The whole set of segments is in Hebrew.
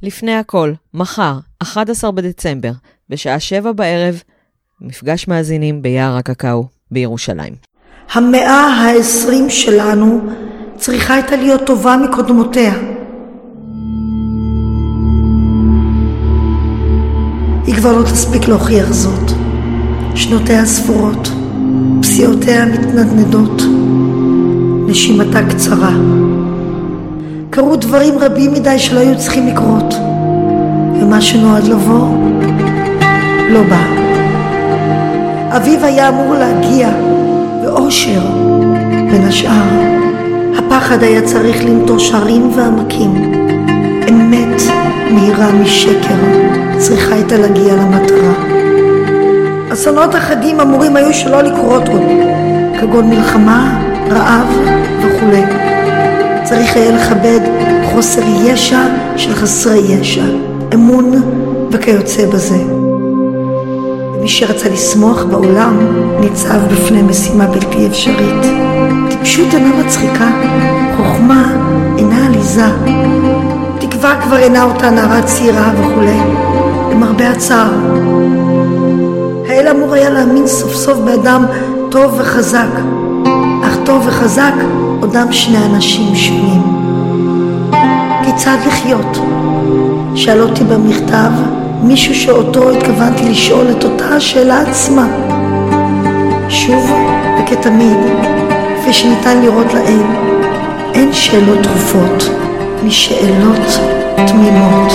לפני הכל, מחר, 11 בדצמבר, בשעה 7 בערב, מפגש מאזינים ביער הקקאו בירושלים. המאה ה-20 שלנו צריכה הייתה להיות טובה מקודמותיה. היא כבר לא תספיק להוכיח זאת. שנותיה ספורות, פסיעותיה מתנדנדות, נשימתה קצרה. קרו דברים רבים מדי שלא היו צריכים לקרות, ומה שנועד לבוא לא בא. אביב היה אמור להגיע, ואושר בין השאר. הפחד היה צריך לנטוש הרים ועמקים. אמת מהירה משקר צריכה הייתה להגיע למטרה. אסונות אחדים אמורים היו שלא לקרות עוד, כגון מלחמה, רעב וכו'. צריך היה לכבד חוסר ישע של חסרי ישע, אמון וכיוצא בזה. מי שרצה לשמוח בעולם ניצב בפני משימה בלתי אפשרית. טיפשות אינה מצחיקה, חוכמה אינה עליזה, תקווה כבר אינה אותה נערה צעירה וכו'. למרבה הצער, האל אמור היה להאמין סוף סוף באדם טוב וחזק, אך טוב וחזק עודם שני אנשים שונים. כיצד לחיות? שאל אותי במכתב מישהו שאותו התכוונתי לשאול את אותה השאלה עצמה. שוב וכתמיד, כפי שניתן לראות לעיל, אין שאלות תרופות משאלות תמימות.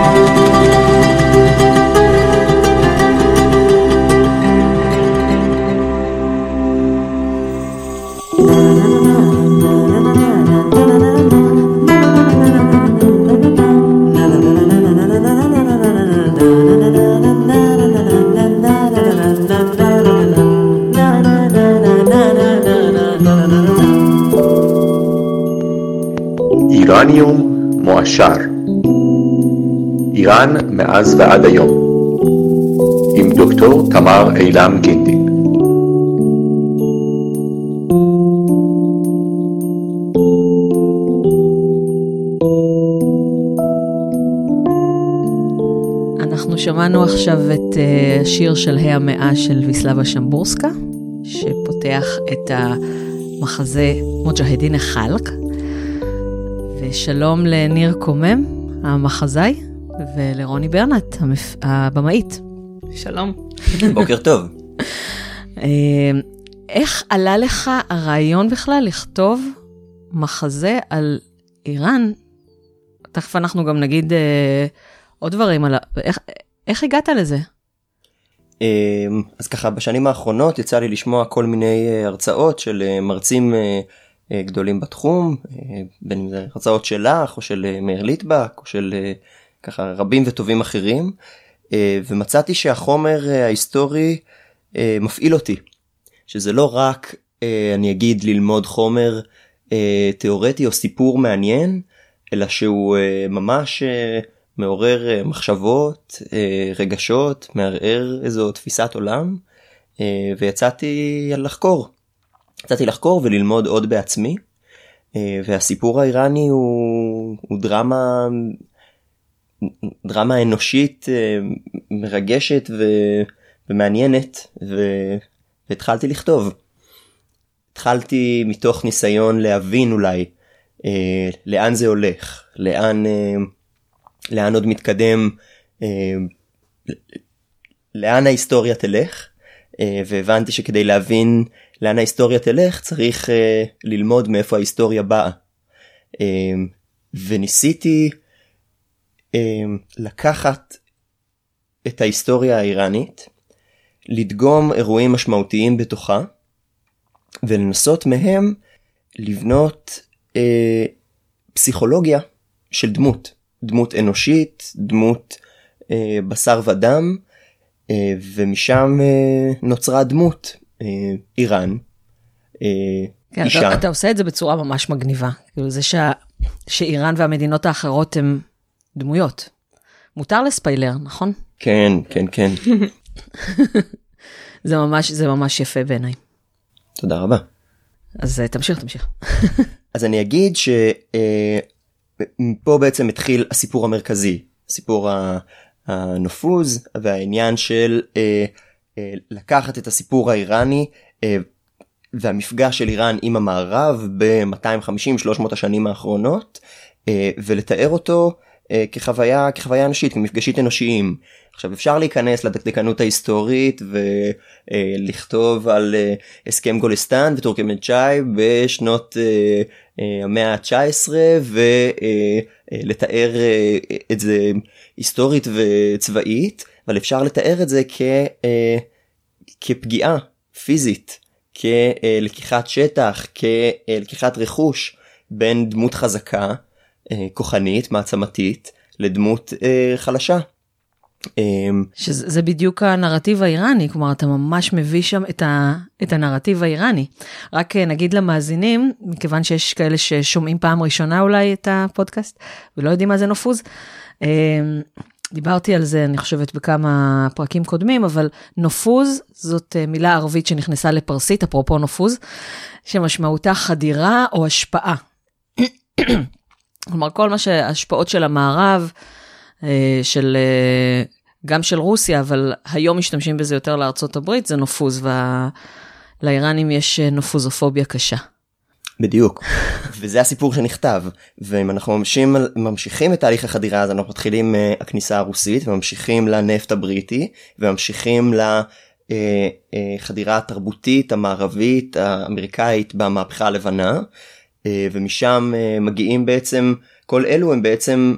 איראניום מועשר, איראן מאז ועד היום, עם דוקטור תמר אילם גינדין. אנחנו שמענו עכשיו את השיר של המאה של ויסלבה שמבורסקה, שפותח את המחזה מוג'הדין החלק. ושלום לניר קומם, המחזאי, ולרוני ברנט, הבמאית. שלום. בוקר טוב. איך עלה לך הרעיון בכלל לכתוב מחזה על איראן? תכף אנחנו גם נגיד עוד דברים על... איך הגעת לזה? אז ככה, בשנים האחרונות יצא לי לשמוע כל מיני הרצאות של מרצים גדולים בתחום, בין אם זה הרצאות שלך או של מאיר ליטבק או של ככה רבים וטובים אחרים, ומצאתי שהחומר ההיסטורי מפעיל אותי, שזה לא רק אני אגיד ללמוד חומר תיאורטי או סיפור מעניין, אלא שהוא ממש מעורר מחשבות, רגשות, מערער איזו תפיסת עולם, ויצאתי לחקור וללמוד עוד בעצמי, והסיפור האיראני הוא דרמה אנושית מרגשת ומעניינת, והתחלתי לכתוב. התחלתי מתוך ניסיון להבין אולי לאן זה הולך, לאן עוד מתקדם, לאן ההיסטוריה תלך, והבנתי שכדי להבין לאן ההיסטוריה תלך צריך ללמוד מאיפה ההיסטוריה באה. וניסיתי לקחת את ההיסטוריה האיראנית, לדגום אירועים משמעותיים בתוכה, ולנסות מהם לבנות פסיכולוגיה של דמות אנושית, דמות בשר ודם, ומשם נוצרה דמות איראן, כן, אישה. אתה עושה את זה בצורה ממש מגניבה, כאילו זה שאיראן והמדינות האחרות הן דמויות. מותר לספיילר, נכון? כן. זה ממש יפה בעיניי. תודה רבה. אז תמשיך. אז אני אגיד שפה בעצם התחיל הסיפור המרכזי סיפור הנופוז והעניין של לקחת את הסיפור האיראני והמפגש של איראן עם המערב ב-250-300 השנים האחרונות, ולתאר אותו כחוויה אנושית, כמפגשית אנושיים. עכשיו אפשר להיכנס לדקדקנות ההיסטורית ולכתוב על הסכם גולסטן וטורקמנצ'אי בשנות המאה ה-19 ולתאר את זה היסטורית וצבאית, אבל אפשר לתאר את זה כפגיעה פיזית, כלקיחת שטח, כלקיחת רכוש בין דמות חזקה, כוחנית, מעצמתית, לדמות חלשה. שזה בדיוק הנרטיב האיראני, כלומר אתה ממש מביא שם את הנרטיב האיראני. רק נגיד למאזינים, מכיוון שיש כאלה ששומעים פעם ראשונה אולי את הפודקאסט, ולא יודעים מה זה נופוז, דיברתי על זה אני חושבת בכמה פרקים קודמים, אבל נופוז זאת מילה ערבית שנכנסה לפרסית, אפרופו נופוז, שמשמעותה חדירה או השפעה. כלומר כל מה שההשפעות של המערב, גם של רוסיה, אבל היום משתמשים בזה יותר לארצות הברית, זה נופוז, ולאיראנים יש נופוזופוביה קשה. בדיוק, וזה הסיפור שנכתב, ואם אנחנו ממשיכים את תהליך החדירה, אז אנחנו מתחילים הכניסה הרוסית, וממשיכים לנפט הבריטי, וממשיכים לחדירה התרבותית, המערבית, האמריקאית, במהפכה הלבנה, ומשם מגיעים בעצם, כל אלו הם בעצם,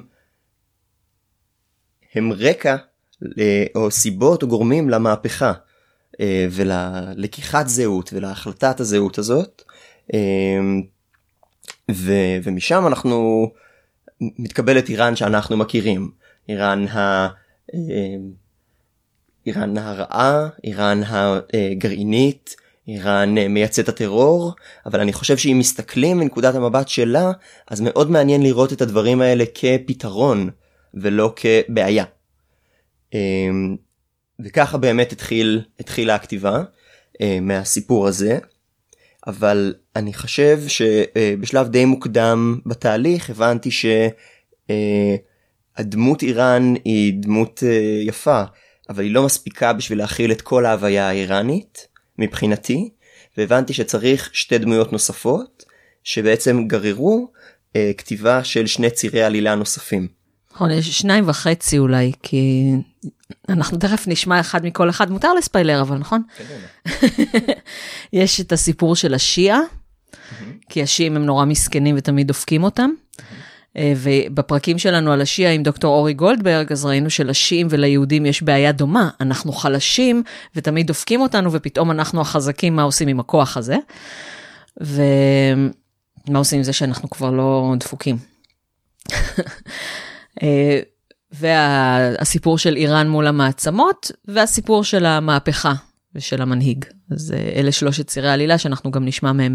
הם רקע, או סיבות או גורמים למהפכה, וללקיחת זהות, ולהחלטת הזהות הזאת, ומשם אנחנו מתקבלת איראן שאנחנו מכירים, איראן הרעה, איראן הגרעינית, איראן מייצאת הטרור, אבל אני חושב שאם מסתכלים מנקודת המבט שלה, אז מאוד מעניין לראות את הדברים האלה כפתרון ולא כבעיה. וככה באמת התחילה הכתיבה מהסיפור הזה. אבל אני חושב שבשלב די מוקדם בתהליך הבנתי שהדמות איראן היא דמות יפה, אבל היא לא מספיקה בשביל להכיל את כל ההוויה האיראנית מבחינתי, והבנתי שצריך שתי דמויות נוספות שבעצם גררו כתיבה של שני צירי עלילה נוספים. נכון, יש 2.5 אולי, כי אנחנו תכף נשמע אחד מכל אחד, מותר לספיילר אבל, נכון? יש את הסיפור של השיעה, כי השיעים הם נורא מסכנים ותמיד דופקים אותם, ובפרקים שלנו על השיעה עם דוקטור אורי גולדברג, אז ראינו שלשיעים וליהודים יש בעיה דומה, אנחנו חלשים ותמיד דופקים אותנו, ופתאום אנחנו החזקים, מה עושים עם הכוח הזה, ומה עושים עם זה שאנחנו כבר לא דפוקים. והסיפור של איראן מול המעצמות, והסיפור של המהפכה ושל המנהיג. אז אלה 3 צירי העלילה שאנחנו גם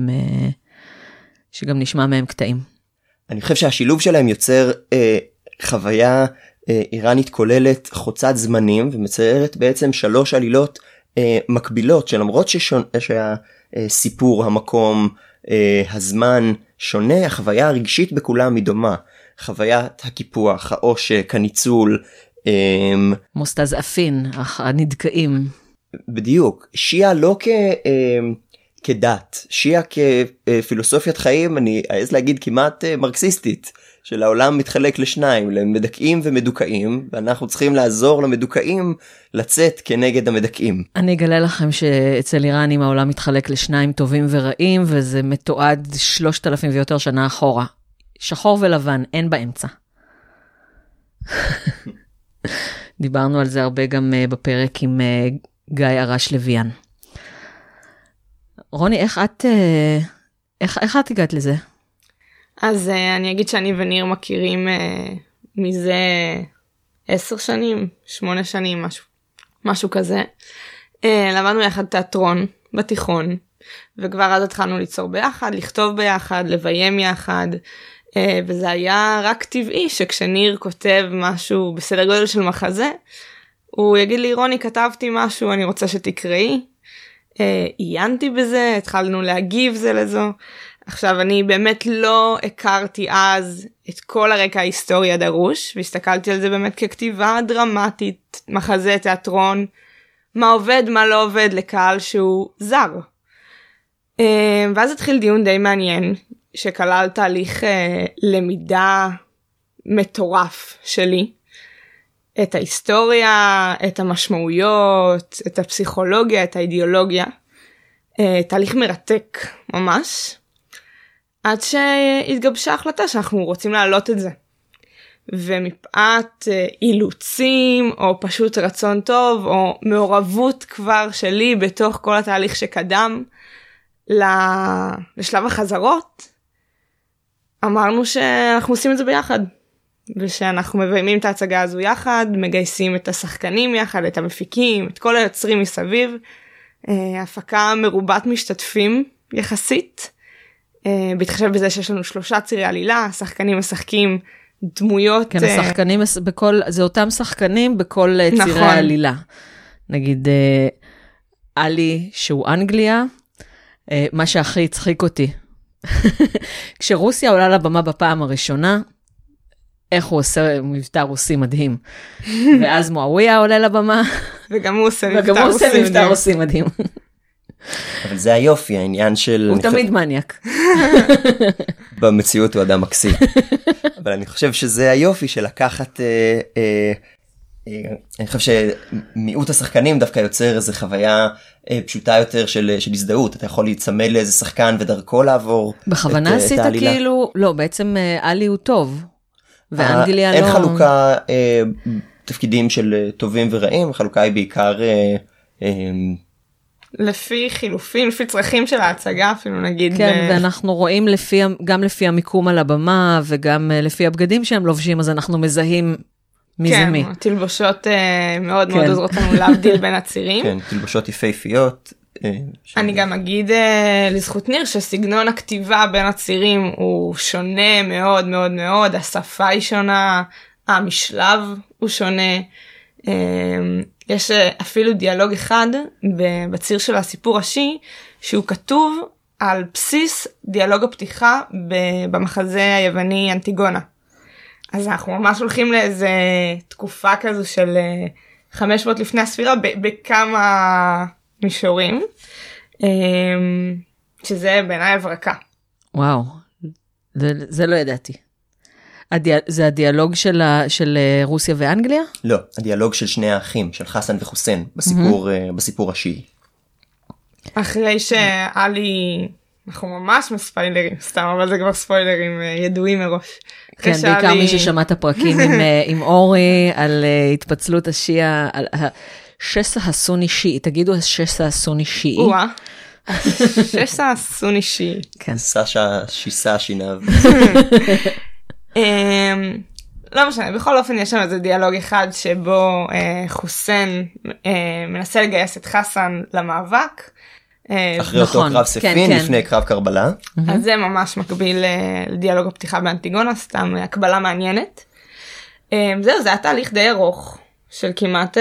נשמע מהם קטעים. אני חושב שהשילוב שלהם יוצר חוויה איראנית כוללת חוצת זמנים, ומציירת בעצם 3 עלילות מקבילות, שלמרות שהסיפור, המקום, הזמן שונה, החוויה הרגשית בכולם היא דומה. חוויית הקיפוח, העושק, הניצול. מוסתזעפין, הנדכאים. בדיוק. שיעה לא כדת, שיעה כפילוסופיית חיים, אני אעז להגיד כמעט מרקסיסטית, של העולם מתחלק לשניים, למדכאים ומדוכאים, ואנחנו צריכים לעזור למדוכאים לצאת כנגד המדכאים. אני אגלה לכם שאצל איראנים העולם מתחלק לשניים טובים ורעים, וזה מתועד 3,000 ויותר שנה אחורה. שחור ולבן, אין באמצע. דיברנו על זה הרבה גם בפרק עם גיא הרש לויאן. רוני, איך את הגעת לזה? אז אני אגיד שאני וניר מכירים מזה 10 שנים, 8 שנים, משהו כזה. למדנו יחד תיאטרון בתיכון, וכבר אז התחלנו ליצור ביחד, לכתוב ביחד, לביים יחד, וזה היה רק טבעי שכשניר כותב משהו בסדר גודל של מחזה, הוא יגיד לי, רוני, כתבתי משהו, אני רוצה שתקראי. עיינתי בזה, התחלנו להגיב זה לזו, עכשיו, אני באמת לא הכרתי אז את כל הרקע ההיסטורי הדרוש, והסתכלתי על זה באמת ככתיבה דרמטית, מחזה, תיאטרון, מה עובד, מה לא עובד לקהל שהוא זר. ואז התחיל דיון די מעניין, שכלל תהליך למידה מטורף שלי, את ההיסטוריה, את המשמעויות, את הפסיכולוגיה, את האידיאולוגיה, תהליך מרתק ממש, עד שהתגבשה החלטה שאנחנו רוצים להעלות את זה. ומפאת אילוצים, או פשוט רצון טוב, או מעורבות כבר שלי בתוך כל התהליך שקדם לשלב החזרות, אמרנו שאנחנו עושים את זה ביחד. ושאנחנו מביימים את ההצגה הזו יחד, מגייסים את השחקנים יחד, את המפיקים, את כל היוצרים מסביב. הפקה מרובת משתתפים יחסית. בהתחשב בזה שיש לנו 3 צירי עלילה, השחקנים משחקים דמויות. כן, השחקנים, זה אותם שחקנים בכל צירי העלילה. נגיד, אלי, שהוא אנגליה, מה שהכי הצחיק אותי. כשרוסיה עולה לבמה בפעם הראשונה, איך הוא עושה מבטא רוסי מדהים. ואז מואוויה עולה לבמה. וגם הוא עושה מבטא רוסי מדהים. אבל זה היופי, העניין של... הוא תמיד מניאק. במציאות הוא אדם מקסים. אבל אני חושב שזה היופי של לקחת... אני חושב שמיעוט השחקנים דווקא יוצר איזו חוויה פשוטה יותר של הזדהות. אתה יכול להצמד לאיזה שחקן ודרכו לעבור את העלילה. בכוונה עשית כאילו... לא, בעצם אלי הוא טוב. ואנגליה לא... אין חלוקה תפקידים של טובים ורעים, החלוקה היא בעיקר... לפי חילופים, לפי צרכים של ההצגה אפילו נגיד. כן, ואנחנו רואים גם לפי המיקום על הבמה, וגם לפי הבגדים שהם לובשים, אז אנחנו מזהים מי זה מי. כן, תלבושות מאוד מאוד עוזרות לנו להבדיל בין הצירים. כן, תלבושות יפהפיות. אני גם אגיד לזכות ניר שסגנון הכתיבה בין הצירים הוא שונה מאוד מאוד מאוד, השפה היא שונה, המשלב הוא שונה, יש אפילו דיאלוג אחד בציר של הסיפור ראשי, שהוא כתוב על בסיס דיאלוג הפתיחה במחזה היווני אנטיגונה. אז אנחנו ממש הולכים לאיזה תקופה כזו של 500 לפני הספירה בכמה מישורים, שזה בעיניי הברקה. וואו, זה לא ידעתי. זה הדיאלוג של רוסיה ואנגליה? לא, הדיאלוג של שני האחים, של חסן וחוסיין, בסיפור השיעי. אחרי שאלי, אנחנו ממש מספיילרים, סתם, אבל זה כבר ספוילרים ידועים מראש. כן, בעיקר מי ששמע את הפרקים עם אורי, על התפצלות השיעה, על השסע הסוני שיעי, תגידו השסע הסוני שיעי. וואה, השסע הסוני שיעי. כן. סשה שיסה שינב. לא משנה, בכל אופן יש שם איזה דיאלוג אחד שבו חוסיין מנסה לגייס את חסן למאבק. אחרי אותו קרב ספין, לפני קרב קרבלה. אז זה ממש מקביל לדיאלוג הפתיחה באנטיגונה, סתם הקבלה מעניינת. זהו, זה היה תהליך די ארוך, של כמעט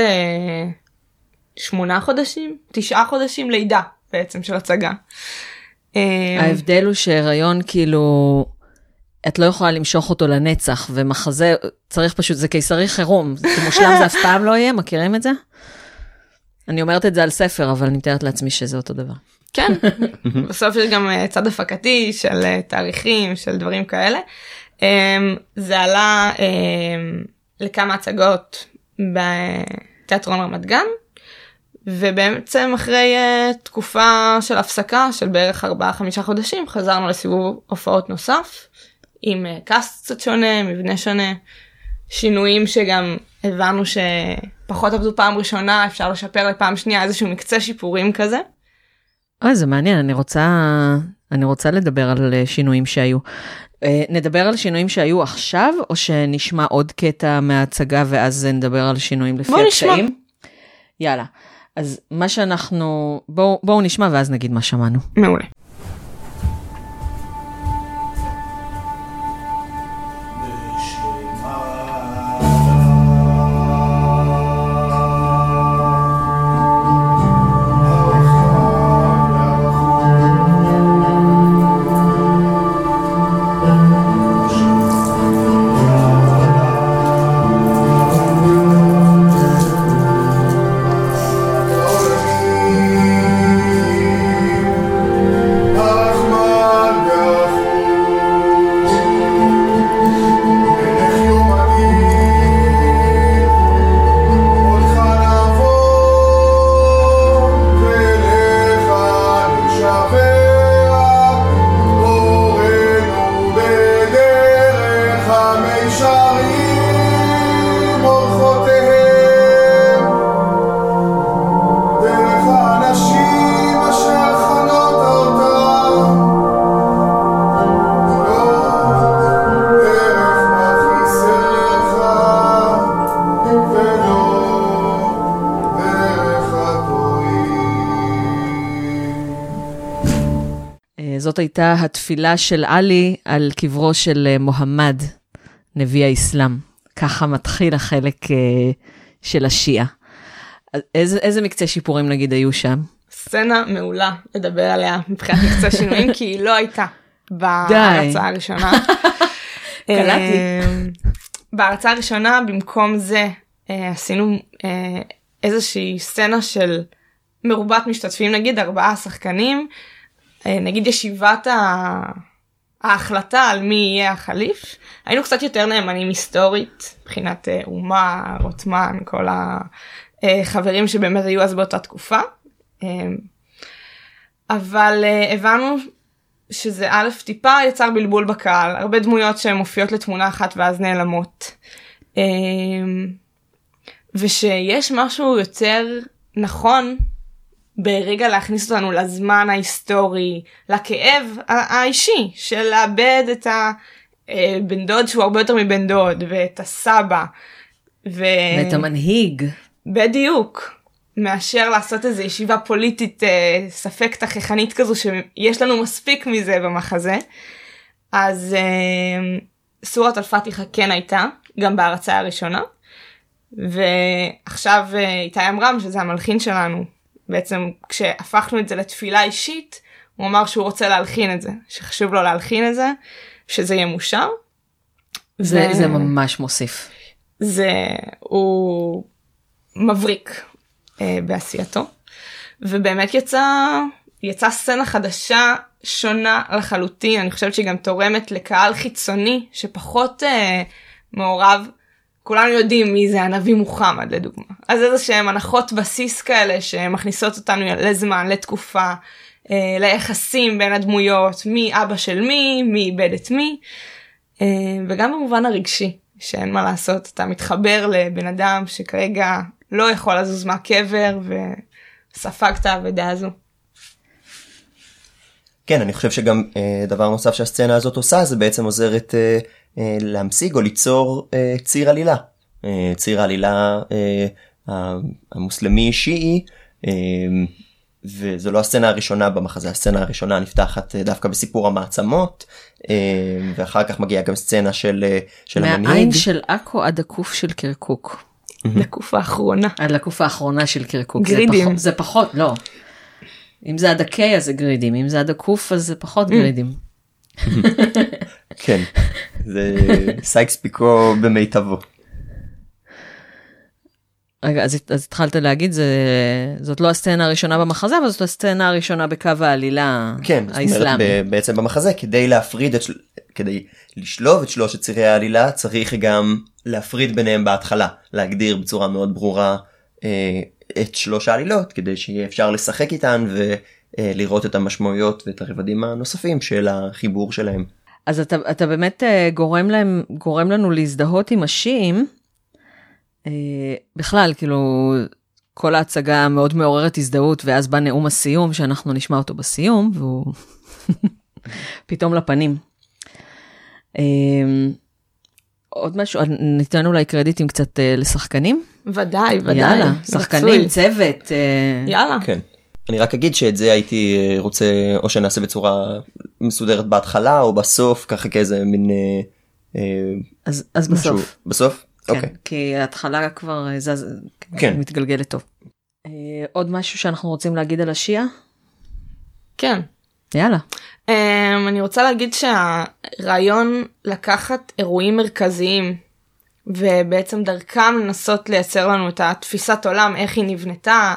8 חודשים, 9 חודשים לידה בעצם של הצגה. ההבדל הוא שהיריון כאילו... את לא יכולה למשוך אותו לנצח, ומחזה, צריך פשוט, זה קיסרי חירום, זה מושלם, זה אף פעם לא יהיה, מכירים את זה? אני אומרת את זה על ספר, אבל אני מתארת לעצמי שזה אותו דבר. כן, בסוף יש גם צד הפקתי של תאריכים, של דברים כאלה. זה עלה לכמה הצגות בתיאטרון רמת גן, ובעצם אחרי תקופה של הפסקה, של בערך 4-5 חודשים, חזרנו לסיבוב הופעות נוסף, עם קאסט קצת שונה, מבנה שונה, שינויים שגם הבנו שפחות עבדו פעם ראשונה, אפשר לשפר לפעם שנייה, איזשהו מקצה שיפורים כזה. זה מעניין, אני רוצה לדבר על שינויים שהיו. נדבר על שינויים שהיו עכשיו, או שנשמע עוד קטע מההצגה, ואז נדבר על שינויים לפי הקטעים? יאללה. אז מה שאנחנו, בואו נשמע, ואז נגיד מה שמענו. מעולה. זאת הייתה התפילה של עלי על קברו של מוחמד, נביא האסלאם. ככה מתחיל החלק של השיעה. איזה מקצה שיפורים נגיד היו שם? סצנה מעולה לדבר עליה מבחינת מקצה שינויים, כי היא לא הייתה בהרצאה הראשונה. קלטתי. בהרצאה הראשונה, במקום זה, עשינו איזושהי סצנה של מרובת משתתפים, נגיד 4 שחקנים, נגיד ישיבת ההחלטה על מי יהיה החליף. היינו קצת יותר נאמנים היסטורית, מבחינת אומה, רוטמן, כל החברים שבאמת היו אז באותה תקופה. אבל הבנו שזה א' טיפה יצר בלבול בקהל, הרבה דמויות שהן מופיעות לתמונה אחת ואז נעלמות. ושיש משהו יותר נכון ברגע להכניס אותנו לזמן ההיסטורי, לכאב האישי של לאבד את הבן דוד שהוא הרבה יותר מבן דוד, ואת הסבא. ואת המנהיג. בדיוק. מאשר לעשות איזו ישיבה פוליטית ספק תככנית כזו שיש לנו מספיק מזה במחזה. אז סורת אל-פתיחה כן הייתה, גם בהרצאה הראשונה. ועכשיו איתי אמרם, שזה המלחין שלנו, בעצם כשהפכנו את זה לתפילה אישית, הוא אמר שהוא רוצה להלחין את זה, שחשוב לו להלחין את זה, שזה יהיה מושר. זה ממש מוסיף. הוא מבריק בעשייתו, ובאמת יצאה סצנה חדשה, שונה לחלוטין. אני חושבת שהיא גם תורמת לקהל חיצוני, שפחות מעורב. כולנו יודעים מי זה הנביא מוחמד לדוגמה. אז איזה שהם הנחות בסיס כאלה שמכניסות אותנו לזמן, לתקופה, ליחסים בין הדמויות, מי אבא של מי איבד את מי, וגם במובן הרגשי, שאין מה לעשות, אתה מתחבר לבן אדם שכרגע לא יכול לזוז מהקבר, וספג את העבודה הזו. כן, אני חושב שגם דבר נוסף שהסצנה הזאת עושה, זה בעצם עוזרת להמשיג או ליצור ציר עלילה. ציר העלילה המוסלמי שיעי, וזו לא הסצנה הראשונה במחזה. הסצנה הראשונה נפתחת דווקא בסיפור המעצמות, ואחר כך מגיעה גם סצנה של המנהיג. מהעין של עכו עד הקוף של קרקוק. לקוף האחרונה. עד לקוף האחרונה של קרקוק. גרידים. זה פחות, לא. אם זה עד הקי אז זה גרידים, אם זה עד הקוף אז זה פחות גרידים. כן, זה סייקס פיקו במיטבו. רגע, אז התחלת להגיד, זאת לא הסצנה הראשונה במחזה, אבל זאת הסצנה הראשונה בקו העלילה האסלאמי. כן, זאת אומרת, בעצם במחזה, כדי להפריד, כדי לשלוב את שלושת צירי העלילה, צריך גם להפריד ביניהם בהתחלה, להגדיר בצורה מאוד ברורה את 3 העלילות, כדי שיהיה אפשר לשחק איתן ולראות את המשמעויות ואת הרבדים הנוספים של החיבור שלהם. אז אתה באמת גורם לנו להזדהות עם השיעים, בכלל, כאילו, כל ההצגה מאוד מעוררת הזדהות, ואז בא נאום הסיום, שאנחנו נשמע אותו בסיום, והוא פתאום לפנים. עוד משהו, ניתן אולי קרדיטים קצת לשחקנים? ודאי. יאללה, שחקנים, צוות. יאללה. כן. אני רק אגיד שאת זה הייתי רוצה, או שנעשה בצורה מסודרת בהתחלה, או בסוף, ככה כאיזה מין... אז בסוף. בסוף? כן, כי ההתחלה כבר מתגלגלת טוב. עוד משהו שאנחנו רוצים להגיד על השיעה? כן. יאללה. אני רוצה להגיד שהרעיון לקחת אירועים מרכזיים, ובעצם דרכם לנסות לייצר לנו את התפיסת עולם, איך היא נבנתה,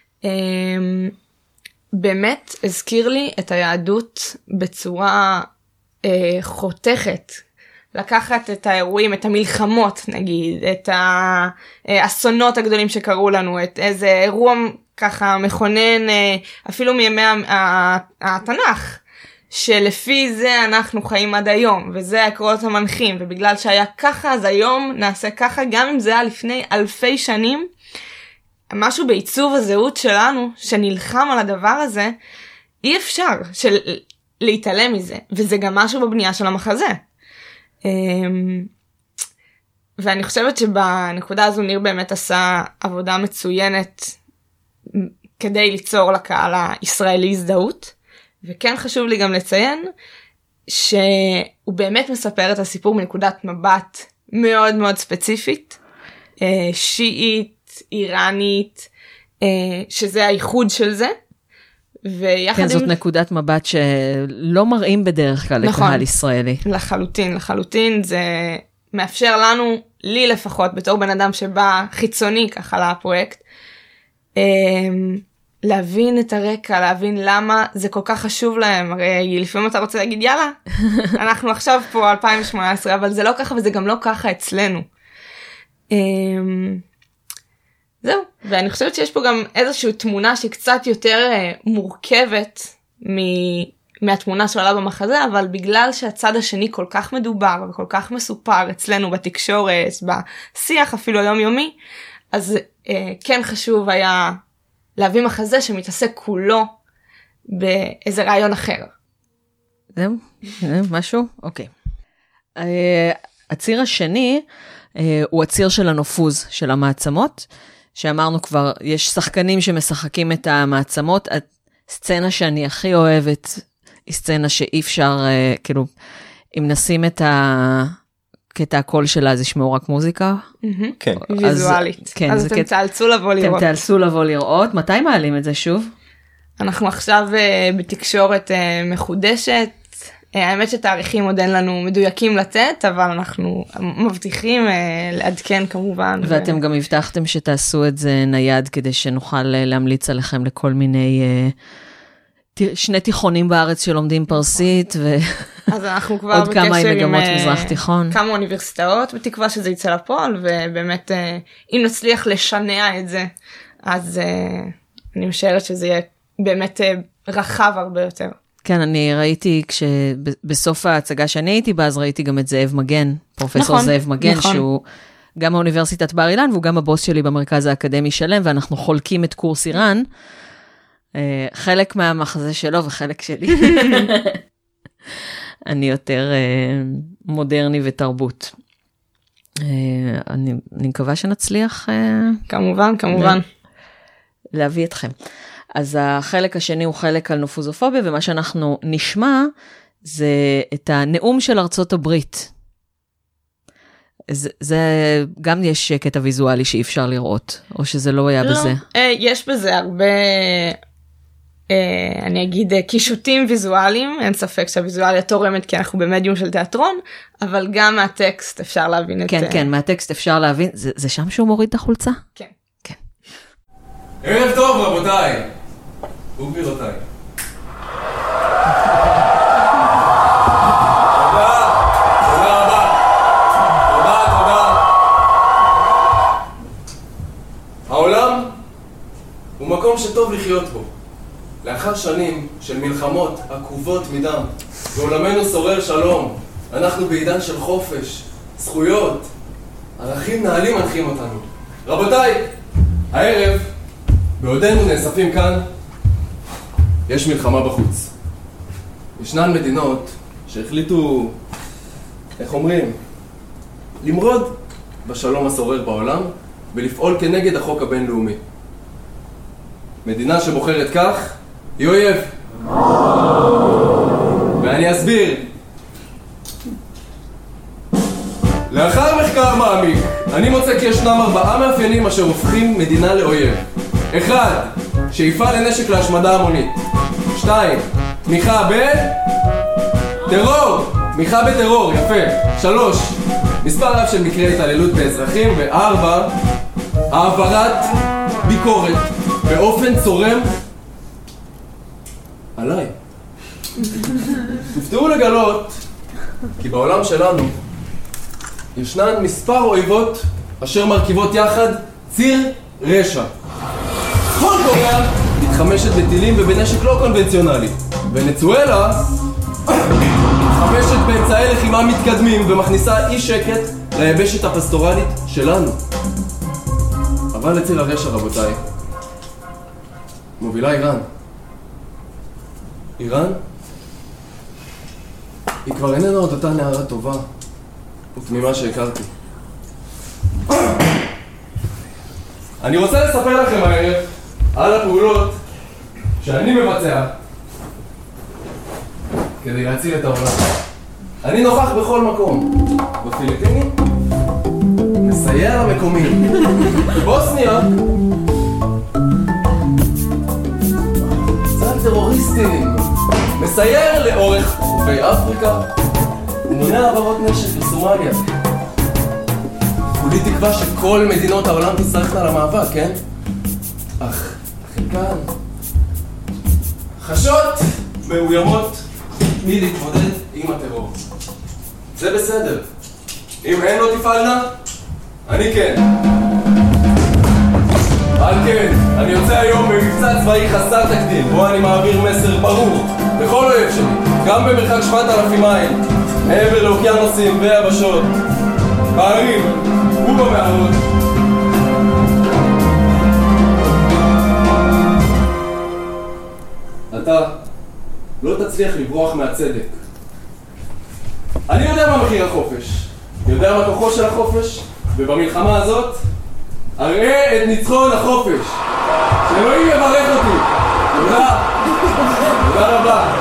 באמת הזכיר לי את היהדות בצורה חותכת. לקחת את האירועים, את המלחמות נגיד, את האסונות הגדולים שקרו לנו, את איזה אירוע ככה מכונן, אפילו מימי התנ"ך, שלפי זה אנחנו חיים עד היום, וזה העקרונות המנחים, ובגלל שהיה ככה, אז היום נעשה ככה, גם אם זה היה לפני אלפי שנים, משהו בעיצוב הזהות שלנו, שנלחם על הדבר הזה, אי אפשר להתעלם מזה, וזה גם משהו בבנייה של המחזה. ואני חושבת שבנקודה הזו ניר באמת עשה עבודה מצוינת כדי ליצור לקהל הישראלי הזדהות, וכן חשוב לי גם לציין שהוא באמת מספר את הסיפור מנקודת מבט מאוד מאוד ספציפית, שיעית, איראנית, שזה הייחוד של זה. כן, זאת נקודת מבט שלא מראים בדרך כלל לקהל ישראלי. לחלוטין, לחלוטין, זה מאפשר לנו, לי לפחות, בתור בן אדם שבא חיצוני ככה לפרויקט, להבין את הרקע, להבין למה זה כל כך חשוב להם. הרי לפעמים אתה רוצה להגיד, יאללה, אנחנו עכשיו פה 2018, אבל זה לא ככה, וזה גם לא ככה אצלנו. זהו, ואני חושבת שיש פה גם איזושהי תמונה שהיא קצת יותר מורכבת מהתמונה שעולה במחזה, אבל בגלל שהצד השני כל כך מדובר וכל כך מסופר אצלנו בתקשורת, בשיח אפילו היומיומי, אז כן חשוב היה להביא מחזה שמתעסק כולו באיזה רעיון אחר. זהו, משהו? אוקיי. הציר השני הוא הציר של הנופוז, של המעצמות, שאמרנו כבר, יש שחקנים שמשחקים את המעצמות, הסצנה שאני הכי אוהבת, היא סצנה שאי אפשר, כאילו, אם נשים את הקטע הקול שלה, אז ישמעו רק מוזיקה. כן. ויזואלית. אז אתם תאלצו לבוא לראות. אתם תאלצו לבוא לראות. מתי מעלים את זה שוב? אנחנו עכשיו בתקשורת מחודשת. האמת שתאריכים עוד אין לנו מדויקים לתת, אבל אנחנו מבטיחים לעדכן כמובן. ואתם גם הבטחתם שתעשו את זה נייד, כדי שנוכל להמליץ עליכם לכל מיני שני תיכונים בארץ שלומדים פרסית, אז אנחנו כבר עוד כמה מגמות מזרח תיכון. כמה אוניברסיטאות, בתקווה שזה יצא לפועל, ובאמת אם נצליח לשנע את זה, אז אני משערת שזה יהיה באמת רחב הרבה יותר. כן, אני ראיתי, בסוף ההצגה שאני הייתי בה, אז ראיתי גם את זאב מגן, פרופסור זאב מגן, שהוא גם מאוניברסיטת בר אילן, והוא גם הבוס שלי במרכז האקדמי שלם, ואנחנו חולקים את קורס איראן, חלק מהמחזה שלו וחלק שלי. אני יותר מודרני ותרבות. אני מקווה שנצליח. כמובן, כמובן. להביא אתכם. אז החלק השני הוא חלק על נופוזופוביה, ומה שאנחנו נשמע זה את הנאום של ארצות הברית. זה גם יש קטע ויזואלי שאי אפשר לראות, או שזה לא היה בזה? יש בזה הרבה, אני אגיד, קישוטים ויזואליים, אין ספק שהוויזואליה תורמת, כי אנחנו במדיום של תיאטרון, אבל גם מהטקסט אפשר להבין את זה. כן, כן, מהטקסט אפשר להבין. זה שם שהוא מוריד את החולצה? כן. כן. ערב טוב, רבותיי. וגבירותיי. העולם הוא מקום שטוב לחיות בו. לאחר שנים של מלחמות עקובות מדם, בעולמנו שורר שלום. אנחנו בעידן של חופש, זכויות, ערכים נעלים מנחים אותנו. רבותיי, הערב, בעודנו נאספים כאן, יש מלחמה בחוץ. ישנן מדינות שהחליטו, איך אומרים, למרוד בשלום השורר בעולם ולפעול כנגד החוק הבינלאומי. מדינה שבוחרת כך היא אויב. ואני אסביר. לאחר מחקר מעמיק, אני מוצא כי ישנם 4 מאפיינים אשר הופכים מדינה לאויב. 1. שאיפה לנשק להשמדה המונית. 2. תמיכה בטרור. תמיכה בטרור, יפה. 3. מספר רב של מקרי התעללות באזרחים. ו4. העברת ביקורת באופן צורם עליי. תופתעו לגלות כי בעולם שלנו ישנן מספר אויבות אשר מרכיבות יחד ציר רשע. כל קוריאה מתחמשת בטילים ובנשק לא קונבנציונלי, ונצואלה מתחמשת באמצעי לחימה מתקדמים ומכניסה אי שקט ליבשת הפסטורלית שלנו. אבל לציר הרשע, רבותיי, מובילה איראן. איראן היא כבר איננה עוד אותה נערה טובה ותמימה שהכרתי. אני רוצה לספר לכם הערב על הפעולות שאני מבצע כדי להציל את העולם. אני נוכח בכל מקום. בפיליפינים, מסייע למקומיים. בבוסניה, צד טרוריסטים. מסייר לאורך חופי אפריקה, ומונע העברות נשק לסומליה. כולי תקווה שכל מדינות העולם תצטרכנה למאבק, כן? אך חלקן חשות מאוימות מלהתמודד עם הטרור. זה בסדר. אם הן לא תפעלנה, אני כן. על כן, אני יוצא היום במבצע צבאי חסר תקדים, בו אני מעביר מסר ברור לכל אויב שלי, גם במרחק 7,000 מייל, מעבר לאוקיינוסים ויבשות, בערים ובמערות. אתה לא תצליח לברוח מהצדק. אני יודע מה מחיר החופש, יודע מה כוחו של החופש, ובמלחמה הזאת אראה את ניצחון החופש. שאלוהים יברך אותי. תודה. תודה רבה.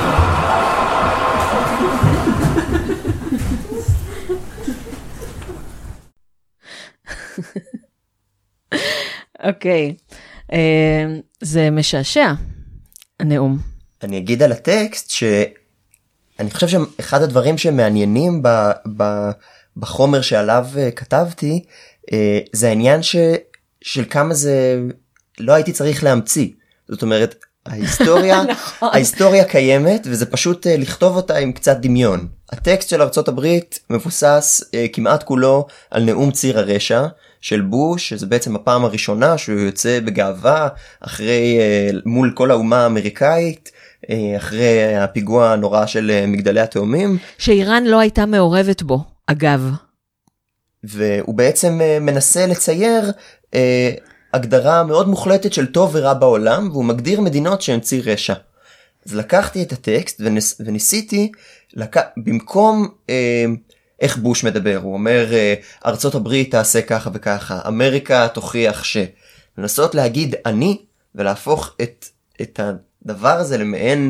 אוקיי. זה משעשע, הנאום. אני אגיד על הטקסט שאני חושב שאחד הדברים שמעניינים בחומר שעליו כתבתי, זה העניין של כמה זה לא הייתי צריך להמציא. זאת אומרת, ההיסטוריה קיימת, וזה פשוט לכתוב אותה עם קצת דמיון. הטקסט של ארצות הברית מבוסס כמעט כולו על נאום ציר הרשע של בוש, שזה בעצם הפעם הראשונה שהוא יוצא בגאווה מול כל האומה האמריקאית, אחרי הפיגוע הנורא של מגדלי התאומים. שאיראן לא הייתה מעורבת בו, אגב. והוא בעצם מנסה לצייר הגדרה מאוד מוחלטת של טוב ורע בעולם, והוא מגדיר מדינות שהן ציר רשע. אז לקחתי את הטקסט וניסיתי, במקום איך בוש מדבר, הוא אומר ארצות הברית תעשה ככה וככה, אמריקה תוכיח לנסות להגיד אני, ולהפוך את הדבר הזה למעין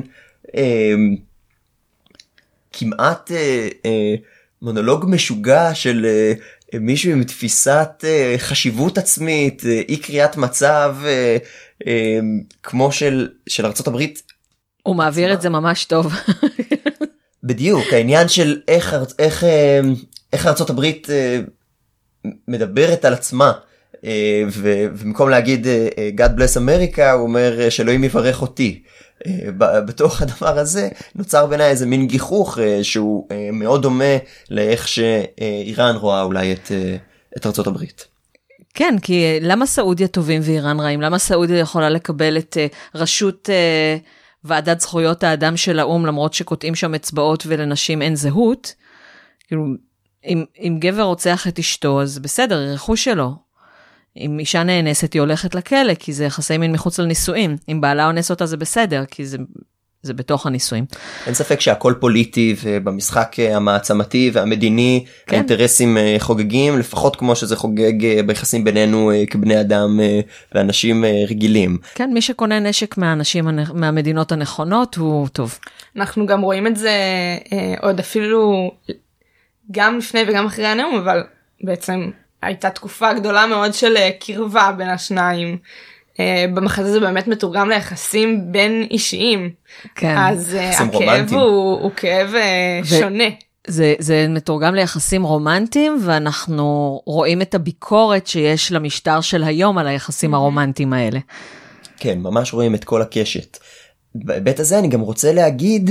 כמעט מונולוג משוגע של מישהו עם תפיסת חשיבות עצמית, אי קריאת מצב, כמו של ארצות הברית. הוא מעביר את זה ממש טוב. בדיוק, העניין של איך ארצות הברית מדברת על עצמה, ובמקום להגיד God bless America, הוא אומר שאלוהים יברך אותי. בתוך הדבר הזה נוצר בעיניי איזה מין גיחוך שהוא מאוד דומה לאיך שאיראן רואה אולי את ארצות הברית. כן, כי למה סעודיה טובים ואיראן רעים? למה סעודיה יכולה לקבל את ראשות ועדת זכויות האדם של האום, למרות שקוטעים שם אצבעות ולנשים אין זהות? כאילו, אם גבר רוצח את אשתו, אז בסדר, רכוש שלו. אם אישה נאנסת, היא הולכת לכלא, כי זה יחסי מין מחוץ לנישואים. אם בעלה אונס אותה, זה בסדר, כי זה בתוך הנישואים. אין ספק שהכל פוליטי, ובמשחק המעצמתי והמדיני, כן. האינטרסים חוגגים, לפחות כמו שזה חוגג ביחסים בינינו כבני אדם ואנשים רגילים. כן, מי שקונה נשק מהמדינות הנכונות, הוא טוב. אנחנו גם רואים את זה עוד אפילו גם לפני וגם אחרי הנאום, אבל בעצם הייתה תקופה גדולה מאוד של קרבה בין השניים. במחזה זה באמת מתורגם ליחסים בין אישיים. כן. אז הכאב הוא כאב שונה. זה מתורגם ליחסים רומנטיים, ואנחנו רואים את הביקורת שיש למשטר של היום על היחסים הרומנטיים האלה. כן, ממש רואים את כל הקשת. בהיבט הזה אני גם רוצה להגיד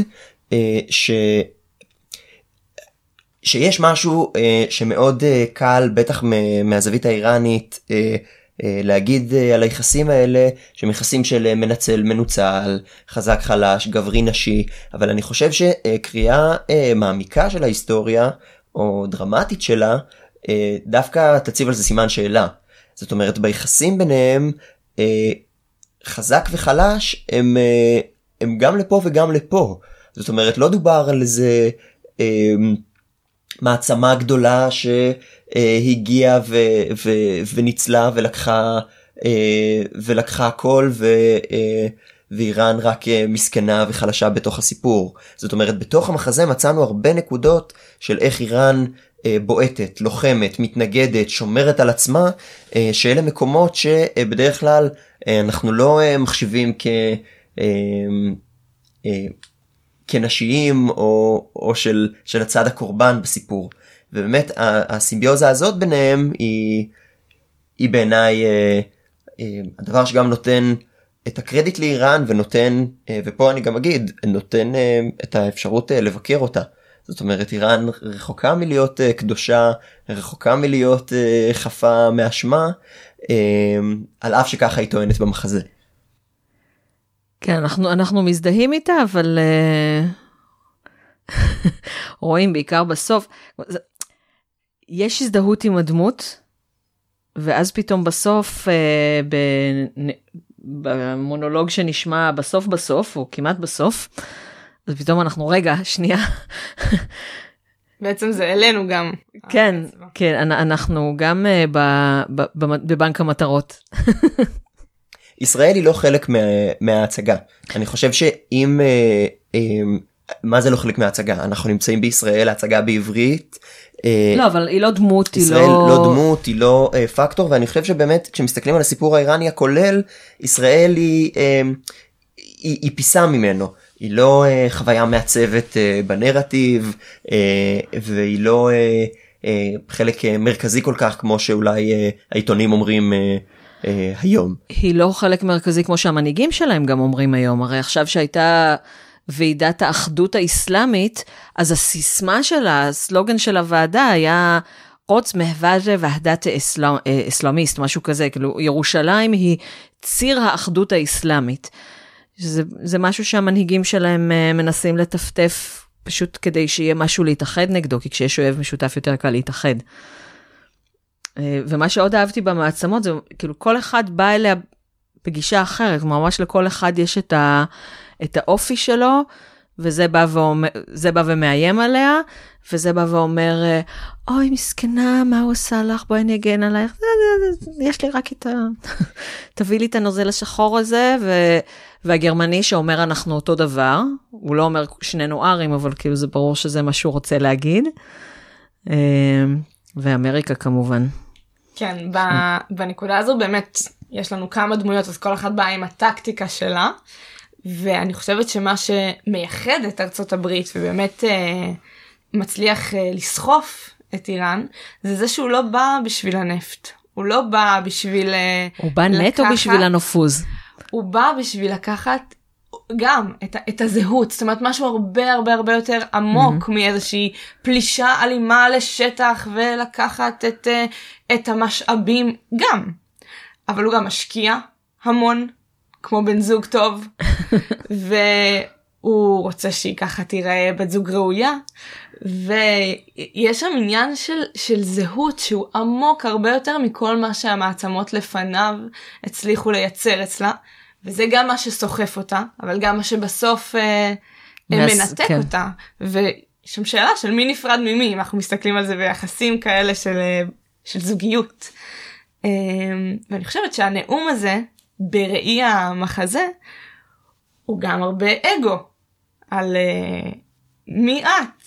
שיש משהו שמאוד קל, בטח מהזווית האיראנית, להגיד על היחסים האלה, שהם יחסים של מנצל מנוצל, חזק חלש, גברי נשי, אבל אני חושב שקריאה מעמיקה של ההיסטוריה, או דרמטית שלה, דווקא תציב על זה סימן שאלה. זאת אומרת, ביחסים ביניהם, חזק וחלש, הם גם לפה וגם לפה. זאת אומרת, לא דובר על איזה מעצמה גדולה שהגיעה וניצלה ולקחה הכל ואיראן רק מסכנה וחלשה בתוך הסיפור. זאת אומרת, בתוך המחזה מצאנו הרבה נקודות של איך איראן בועטת, לוחמת, מתנגדת, שומרת על עצמה, שאלה מקומות שבדרך כלל אנחנו לא מחשיבים כנשיים או של הצד הקורבן בסיפור. ובאמת הסימביוזה הזאת ביניהם היא בעיניי הדבר שגם נותן את הקרדיט לאיראן ונותן, ופה אני גם אגיד, נותן את האפשרות לבקר אותה. זאת אומרת, איראן רחוקה מלהיות קדושה, רחוקה מלהיות חפה מאשמה, על אף שככה היא טוענת במחזה. כן, אנחנו מזדהים איתה, אבל רואים בעיקר בסוף, יש הזדהות עם הדמות, ואז פתאום בסוף, במונולוג שנשמע בסוף, או כמעט בסוף, אז פתאום אנחנו, רגע, שנייה. בעצם זה אלינו גם. כן, אנחנו גם בבנק המטרות. ישראל היא לא חלק מההצגה. אני חושב שאם, מה זה לא חלק מההצגה? אנחנו נמצאים בישראל, ההצגה בעברית. לא, אבל היא לא דמות, ישראל לא דמות, היא לא פקטור, ואני חושב שבאמת, כשמסתכלים על הסיפור האיראני הכולל, ישראל היא פיסה ממנו. היא לא חוויה מעצבת בנרטיב, והיא לא חלק מרכזי כל כך, כמו שאולי העיתונים אומרים היום. היא לא חלק מרכזי כמו שהמנהיגים שלהם גם אומרים היום. הרי עכשיו שהייתה ועידת האחדות האסלאמית, אז הסיסמה של הסלוגן של הוועדה היה רוץ מהוואג'ה והדת אסלאמיסט, משהו כזה, כאילו ירושלים היא ציר האחדות האסלאמית. זה משהו שהמנהיגים שלהם מנסים לטפטף, פשוט כדי שיהיה משהו להתאחד נגדו, כי כשיש אוהב משותף יותר קל להתאחד. ומה שעוד אהבתי במעצמות, זה כאילו כל אחד בא אליה בגישה אחרת, ממש לכל אחד יש את האופי שלו, וזה בא ומאיים עליה, וזה בא ואומר, אוי מסכנה, מה הוא עושה לך? בואי אני אגן עלייך, יש לי רק תביא לי את הנוזל השחור הזה, והגרמני שאומר אנחנו אותו דבר, הוא לא אומר שנינו ארים, אבל כאילו זה ברור שזה מה שהוא רוצה להגיד, ואמריקה כמובן. כן, בנקודה הזו באמת יש לנו כמה דמויות, אז כל אחת באה עם הטקטיקה שלה, ואני חושבת שמה שמייחד את ארצות הברית, ובאמת מצליח לסחוף את איראן, זה זה שהוא לא בא בשביל הנפט. הוא לא בא בשביל הוא בא נטו בשביל הנופוז. הוא בא בשביל לקחת גם את הזהות, זאת אומרת משהו הרבה הרבה הרבה יותר עמוק מאיזושהי פלישה אלימה לשטח, ולקחת את המשאבים גם. אבל הוא גם משקיע המון, כמו בן זוג טוב, והוא רוצה שהיא ככה תיראה בת זוג ראויה, ויש שם עניין של זהות שהוא עמוק הרבה יותר מכל מה שהמעצמות לפניו הצליחו לייצר אצלה, וזה גם מה שסוחף אותה, אבל גם מה שבסוף מנתק אותה, ויש שם שאלה של מי נפרד ממי, אם אנחנו מסתכלים על זה ביחסים כאלה של זוגיות. ואני חושבת שהנאום הזה, בראי המחזה, הוא גם הרבה אגו, על מי את?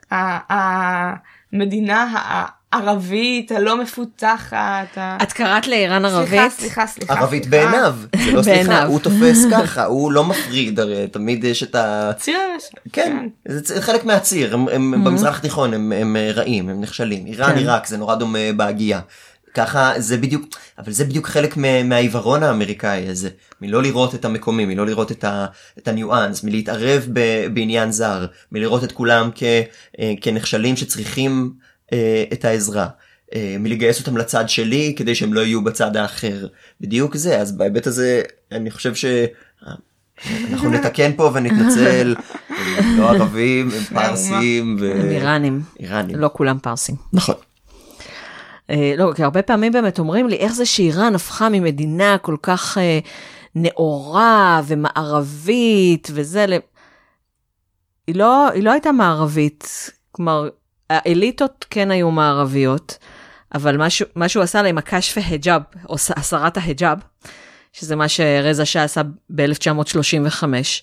המדינה הערבית, הלא מפותחת. את קראת לאיראן ערבית? סליחה. ערבית בעיניו, זה לא סליחה, הוא תופס ככה, הוא לא מפריד, הרי תמיד יש את ציר. כן, זה חלק מהציר, הם במזרח התיכון, הם רעים, הם נכשלים. איראן, עיראק, זה נורא דומה בהגייה. ככה זה בדיוק, אבל זה בדיוק חלק מהעיוורון האמריקאי הזה, מלא לראות את המקומי, מלא לראות את הניואנס, מלהתערב בעניין זר, מלראות את כולם כנכשלים שצריכים את העזרה, מלגייס אותם לצד שלי כדי שהם לא יהיו בצד האחר. בדיוק זה, אז בהיבט הזה אני חושב שאנחנו נתקן פה ונתנצל, הם לא ערבים, הם פרסים. הם איראנים, לא כולם פרסים. נכון. לא, כי הרבה פעמים באמת אומרים לי, איך זה שאיראן הפכה ממדינה כל כך נאורה ומערבית וזה, היא לא הייתה מערבית, כלומר, האליטות כן היו מערביות, אבל מה שהוא עשה להם הקש והיג'אב, או הסרת ההיג'אב, שזה מה שרזה שאה עשה ב-1935.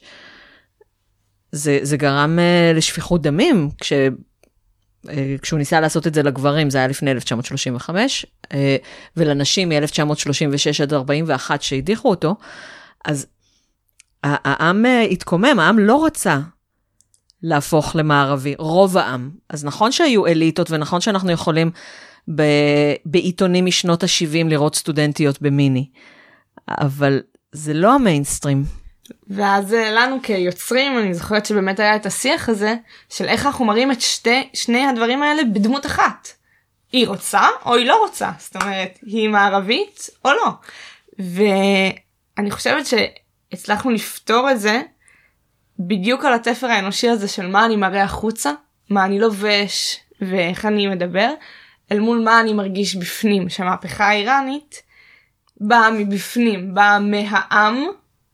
זה גרם לשפיכות דמים, כשהוא ניסה לעשות את זה לגברים, זה היה לפני 1935, ולנשים מ-1936 עד 41 שהדיחו אותו, אז העם התקומם, העם לא רצה להפוך למערבי, רוב העם. אז נכון שהיו אליטות, ונכון שאנחנו יכולים בעיתונים משנות ה-70 לראות סטודנטיות במיני, אבל זה לא המיינסטרים. ואז לנו כיוצרים, אני זוכרת שבאמת היה את השיח הזה, של איך אנחנו מראים את שני הדברים האלה בדמות אחת. היא רוצה או היא לא רוצה, זאת אומרת, היא מערבית או לא. ואני חושבת שהצלחנו לפתור את זה, בדיוק על התפר האנושי הזה של מה אני מראה החוצה, מה אני לובש ואיך אני מדבר, אל מול מה אני מרגיש בפנים, שהמהפכה האיראנית באה מבפנים, באה מהעם,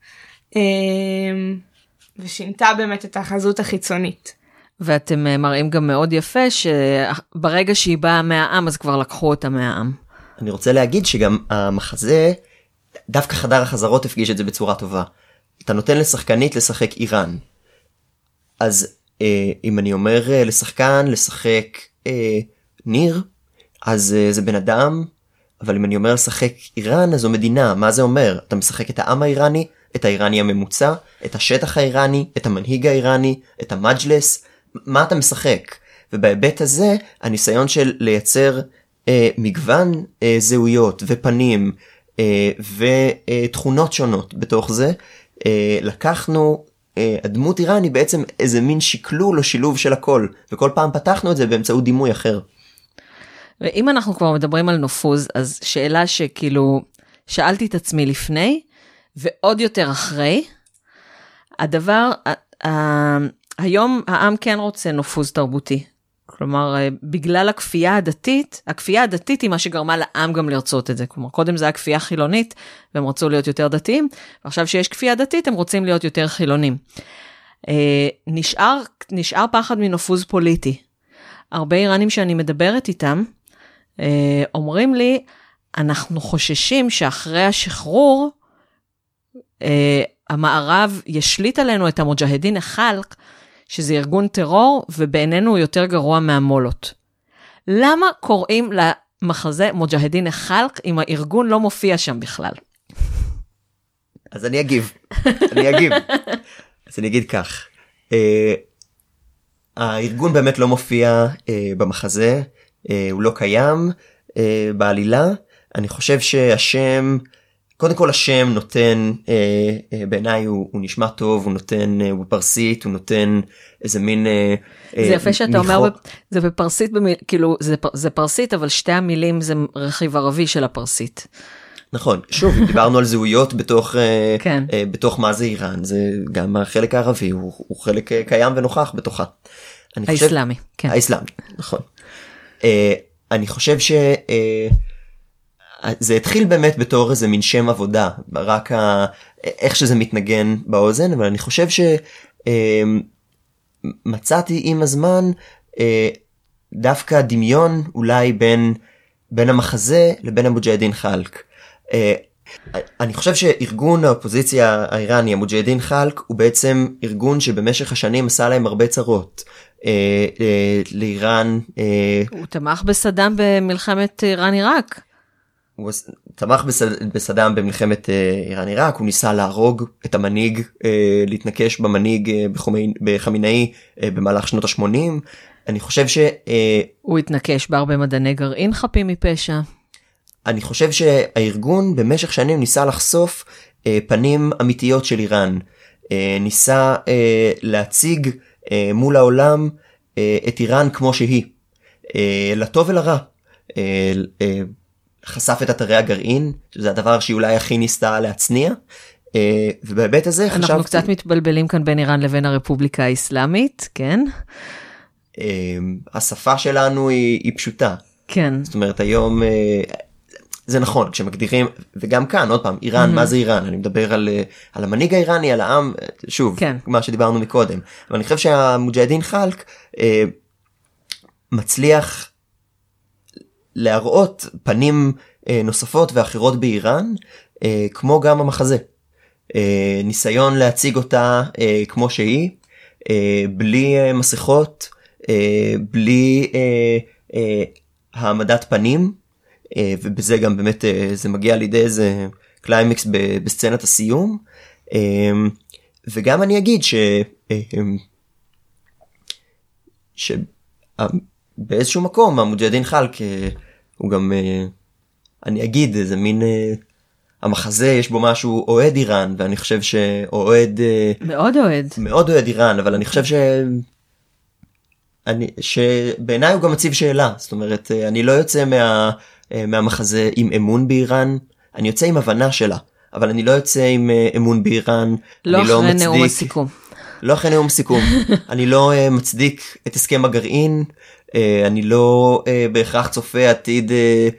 ושינתה באמת את החזות החיצונית. ואתם מראים גם מאוד יפה שברגע שהיא באה מהעם, אז כבר לקחו אותה מהעם. אני רוצה להגיד שגם המחזה, דווקא חדר החזרות הפגיש את זה בצורה טובה. אתה נותן לשחקנית לשחק איראן. אז אם אני אומר לשחקן לשחק ניר, אז זה בן אדם, אבל אם אני אומר לשחק איראן, אז זו מדינה. מה זה אומר? אתה משחק את העם האיראני, את האיראני הממוצע, את השטח האיראני, את המנהיג האיראני, את המג'לס, מה אתה משחק? ובהיבט הזה, הניסיון של לייצר מגוון זהויות ופנים ותכונות שונות בתוך זה, לקחנו, הדמות איראן היא בעצם איזה מין שקלול או שילוב של הכל, וכל פעם פתחנו את זה באמצעות דימוי אחר. ואם אנחנו כבר מדברים על נופוז, אז שאלה שכאילו שאלתי את עצמי לפני, ועוד יותר אחרי, הדבר, היום העם כן רוצה נופוז תרבותי. כלומר, בגלל הכפייה הדתית היא מה שגרמה לעם גם לרצות את זה. כלומר, קודם זה היה כפייה חילונית, והם רצו להיות יותר דתיים, ועכשיו שיש כפייה דתית, הם רוצים להיות יותר חילונים. נשאר פחד מנופוז פוליטי. הרבה איראנים שאני מדברת איתם, אומרים לי, אנחנו חוששים שאחרי השחרור, המערב ישליט עלינו את המוג'הדין החלק, שזה ארגון טרור, ובעינינו הוא יותר גרוע מהמולות. למה קוראים למחזה מוג'הדין החלק, אם הארגון לא מופיע שם בכלל? אז אני אגיב. אז אני אגיד כך. הארגון באמת לא מופיע במחזה, הוא לא קיים בעלילה. אני חושב שהשם, קודם כל השם נותן, בעיניי הוא נשמע טוב, הוא נותן, הוא בפרסית, הוא נותן איזה מין... זה יפה שאתה אומר, זה בפרסית, כאילו זה פרסית, אבל שתי המילים זה רכיב ערבי של הפרסית. נכון, שוב, דיברנו על זהויות כן. בתוך מה זה איראן, זה גם החלק הערבי, הוא חלק קיים ונוכח בתוכה. האסלאמי, כן. האסלאמי, נכון. אני חושב זה התחיל באמת בתור איזה מין שם עבודה, רק איך שזה מתנגן באוזן, אבל אני חושב שמצאתי עם הזמן דווקא דמיון אולי בין המחזה לבין המוג'הדין חלק. אני חושב שארגון האופוזיציה האיראני, המוג'הדין חלק, הוא בעצם ארגון שבמשך השנים עשה להם הרבה צרות. לאיראן... הוא תמך בסדאם במלחמת איראן-עיראק. הוא תמך בסדאם במלחמת איראן-עיראק, הוא ניסה להרוג את המנהיג, להתנקש במנהיג בחמינאי במהלך שנות ה-80. אני חושב הוא התנקש בהרבה מדעני גרעין חפים מפשע. אני חושב שהארגון במשך שנים ניסה לחשוף פנים אמיתיות של איראן. ניסה להציג מול העולם את איראן כמו שהיא. לטוב ולרע. חשף את אתרי הגרעין, שזה הדבר שהיא אולי הכי ניסתה להצניע, ובהיבט הזה חשבתי... אנחנו קצת מתבלבלים כאן בין איראן לבין הרפובליקה האסלאמית, כן? השפה שלנו היא פשוטה. כן. זאת אומרת, היום, זה נכון, כשמגדירים, וגם כאן, עוד פעם, איראן, מה זה איראן? אני מדבר על המנהיג האיראני, על העם, שוב, כן. מה שדיברנו מקודם. אבל אני חושב שהמוג'הדין חלק מצליח להראות פנים נוספות ואחרות באיראן, כמו גם המחזה. ניסיון להציג אותה כמו שהיא, בלי מסכות, בלי העמדת פנים, ובזה גם באמת זה מגיע לידי איזה קליימקס בסצנת הסיום. וגם אני אגיד שבאיזשהו מקום המוג'הדין חלק הוא גם, אני אגיד, איזה מין, המחזה יש בו משהו אוהד איראן, ואני חושב שאוהד, מאוד אוהד איראן, אבל אני חושב שבעיניי הוא גם מציב שאלה. זאת אומרת, אני לא יוצא מהמחזה עם אמון באיראן, אני יוצא עם הבנה שלה, אבל אני לא יוצא עם אמון באיראן. לא אחרי נאום הסיכום. לא אחרי נאום סיכום. אני לא מצדיק את הסכם הגרעין, אני לא בהכרח צופה עתיד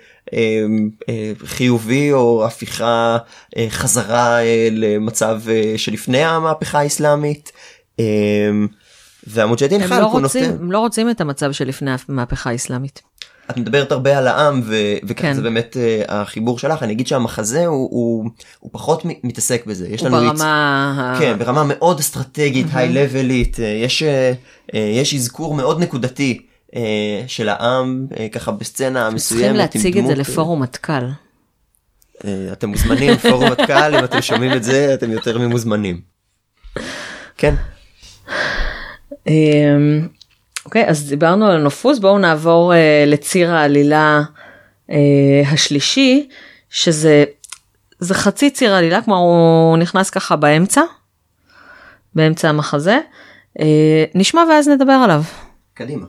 חיובי או הפיכה חזרה למצב שלפני המהפכה האסלאמית. והמוג'הדין חלק הוא נותן. הם לא רוצים את המצב שלפני המהפכה האסלאמית. את מדברת הרבה על העם, וכך זה באמת החיבור שלך. אני אגיד שהמחזה הוא פחות מתעסק בזה. הוא ברמה... כן, ברמה מאוד אסטרטגית, היי-לבלית. יש אזכור מאוד נקודתי של העם, ככה בסצנה מסוימת. צריכים להציג את זה לפורום מטכ"ל. אתם מוזמנים לפורום מטכ"ל, אם אתם שומעים את זה, אתם יותר ממוזמנים. כן. אוקיי, אז דיברנו על הנופוז, בואו נעבור לציר העלילה השלישי, שזה חצי ציר העלילה, כמו הוא נכנס ככה באמצע המחזה. נשמע ואז נדבר עליו. קדימה.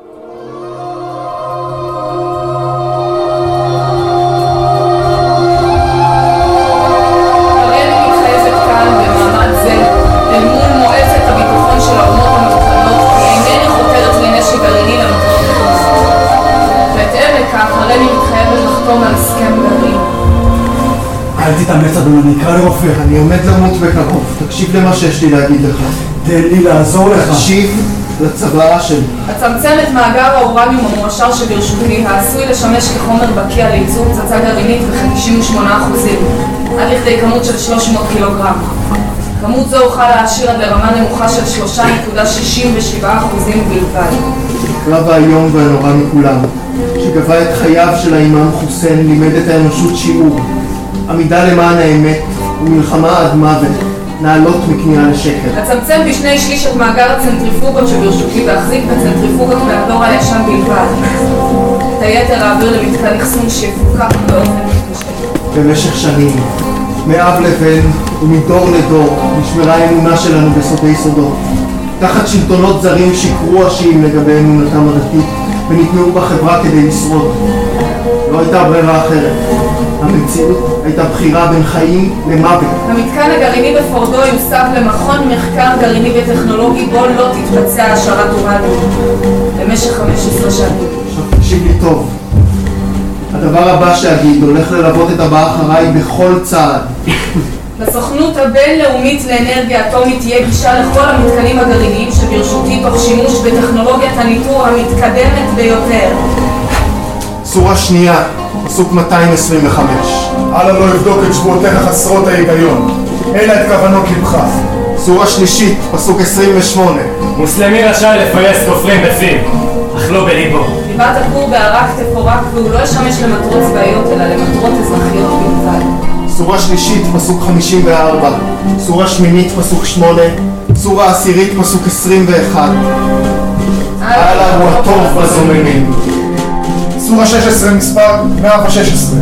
אל תתאמץ אדוני, נקרא לרופא. אני עומד למות בקרוב, תקשיב למה שיש לי להגיד לך. תן לי לעזור לך. תקשיב לצוואה שלי. אצמצם את מאגר האורניום המועשר שברשותי, העשוי לשמש כחומר בקיע לייצור פצצה גרעינית ב-58%, עד לכדי כמות של 300 קילוגרם. כמות זו אוכל להשאיר עד לרמה נמוכה של 3.67% בלבד. הקרב האיום והנורא מכולם, שגבה את חייו של האימאם חוסיין, לימד את האנושות שיעור. עמידה למען האמת ומלחמה עד מוות, נעלות מכניעה לשקר. אצמצם בשני שליש את מאגר הצנטריפוגות שברשותי והחזיק בצנטריפוגות מהדור הישן בלבד. את היתר העביר למתקן אחסון שיפוקח באופן מתמשך. במשך שנים, מאב לבן ומדור לדור, נשמרה האמונה שלנו בסודי סודות. תחת שלטונות זרים שיקרו השיעים לגבי אמונתם הדתית ונתמעו בחברה כדי לשרוד. לא הייתה ברירה אחרת. המציאות הייתה בחירה בין חיים למוות. המתקן הגרעיני בפורדו יוסב למכון מחקר גרעיני וטכנולוגי בו לא תתבצע השערת אורניום במשך 15 שנים. עכשיו תקשיב לי טוב. הדבר הבא שאגיד הולך ללוות את הבא אחריי בכל צעד. לסוכנות הבינלאומית לאנרגיה אטומית תהיה גישה לכל המתקנים הגרעיניים שברשותי תוך שימוש בטכנולוגיית הניטור המתקדמת ביותר. סורה שנייה, פסוק 225. אללה לא יבדוק את שבועותיך חסרות ההיגיון, אלא את כוונות לבך. סורה שלישית, פסוק 28. מוסלמי רשאי לפייס כופרים בפיו, אך לא בליבו. ליבת הכור בערק תפורק והוא לא ישמש למטרות צבאיות אלא למטרות אזרחיות בלבד. סורה שלישית, פסוק 54. סורה שמינית, פסוק 8. סורה עשירית, פסוק 21. אללה הוא הטוב בזוממים. סורה 16, מספר 116.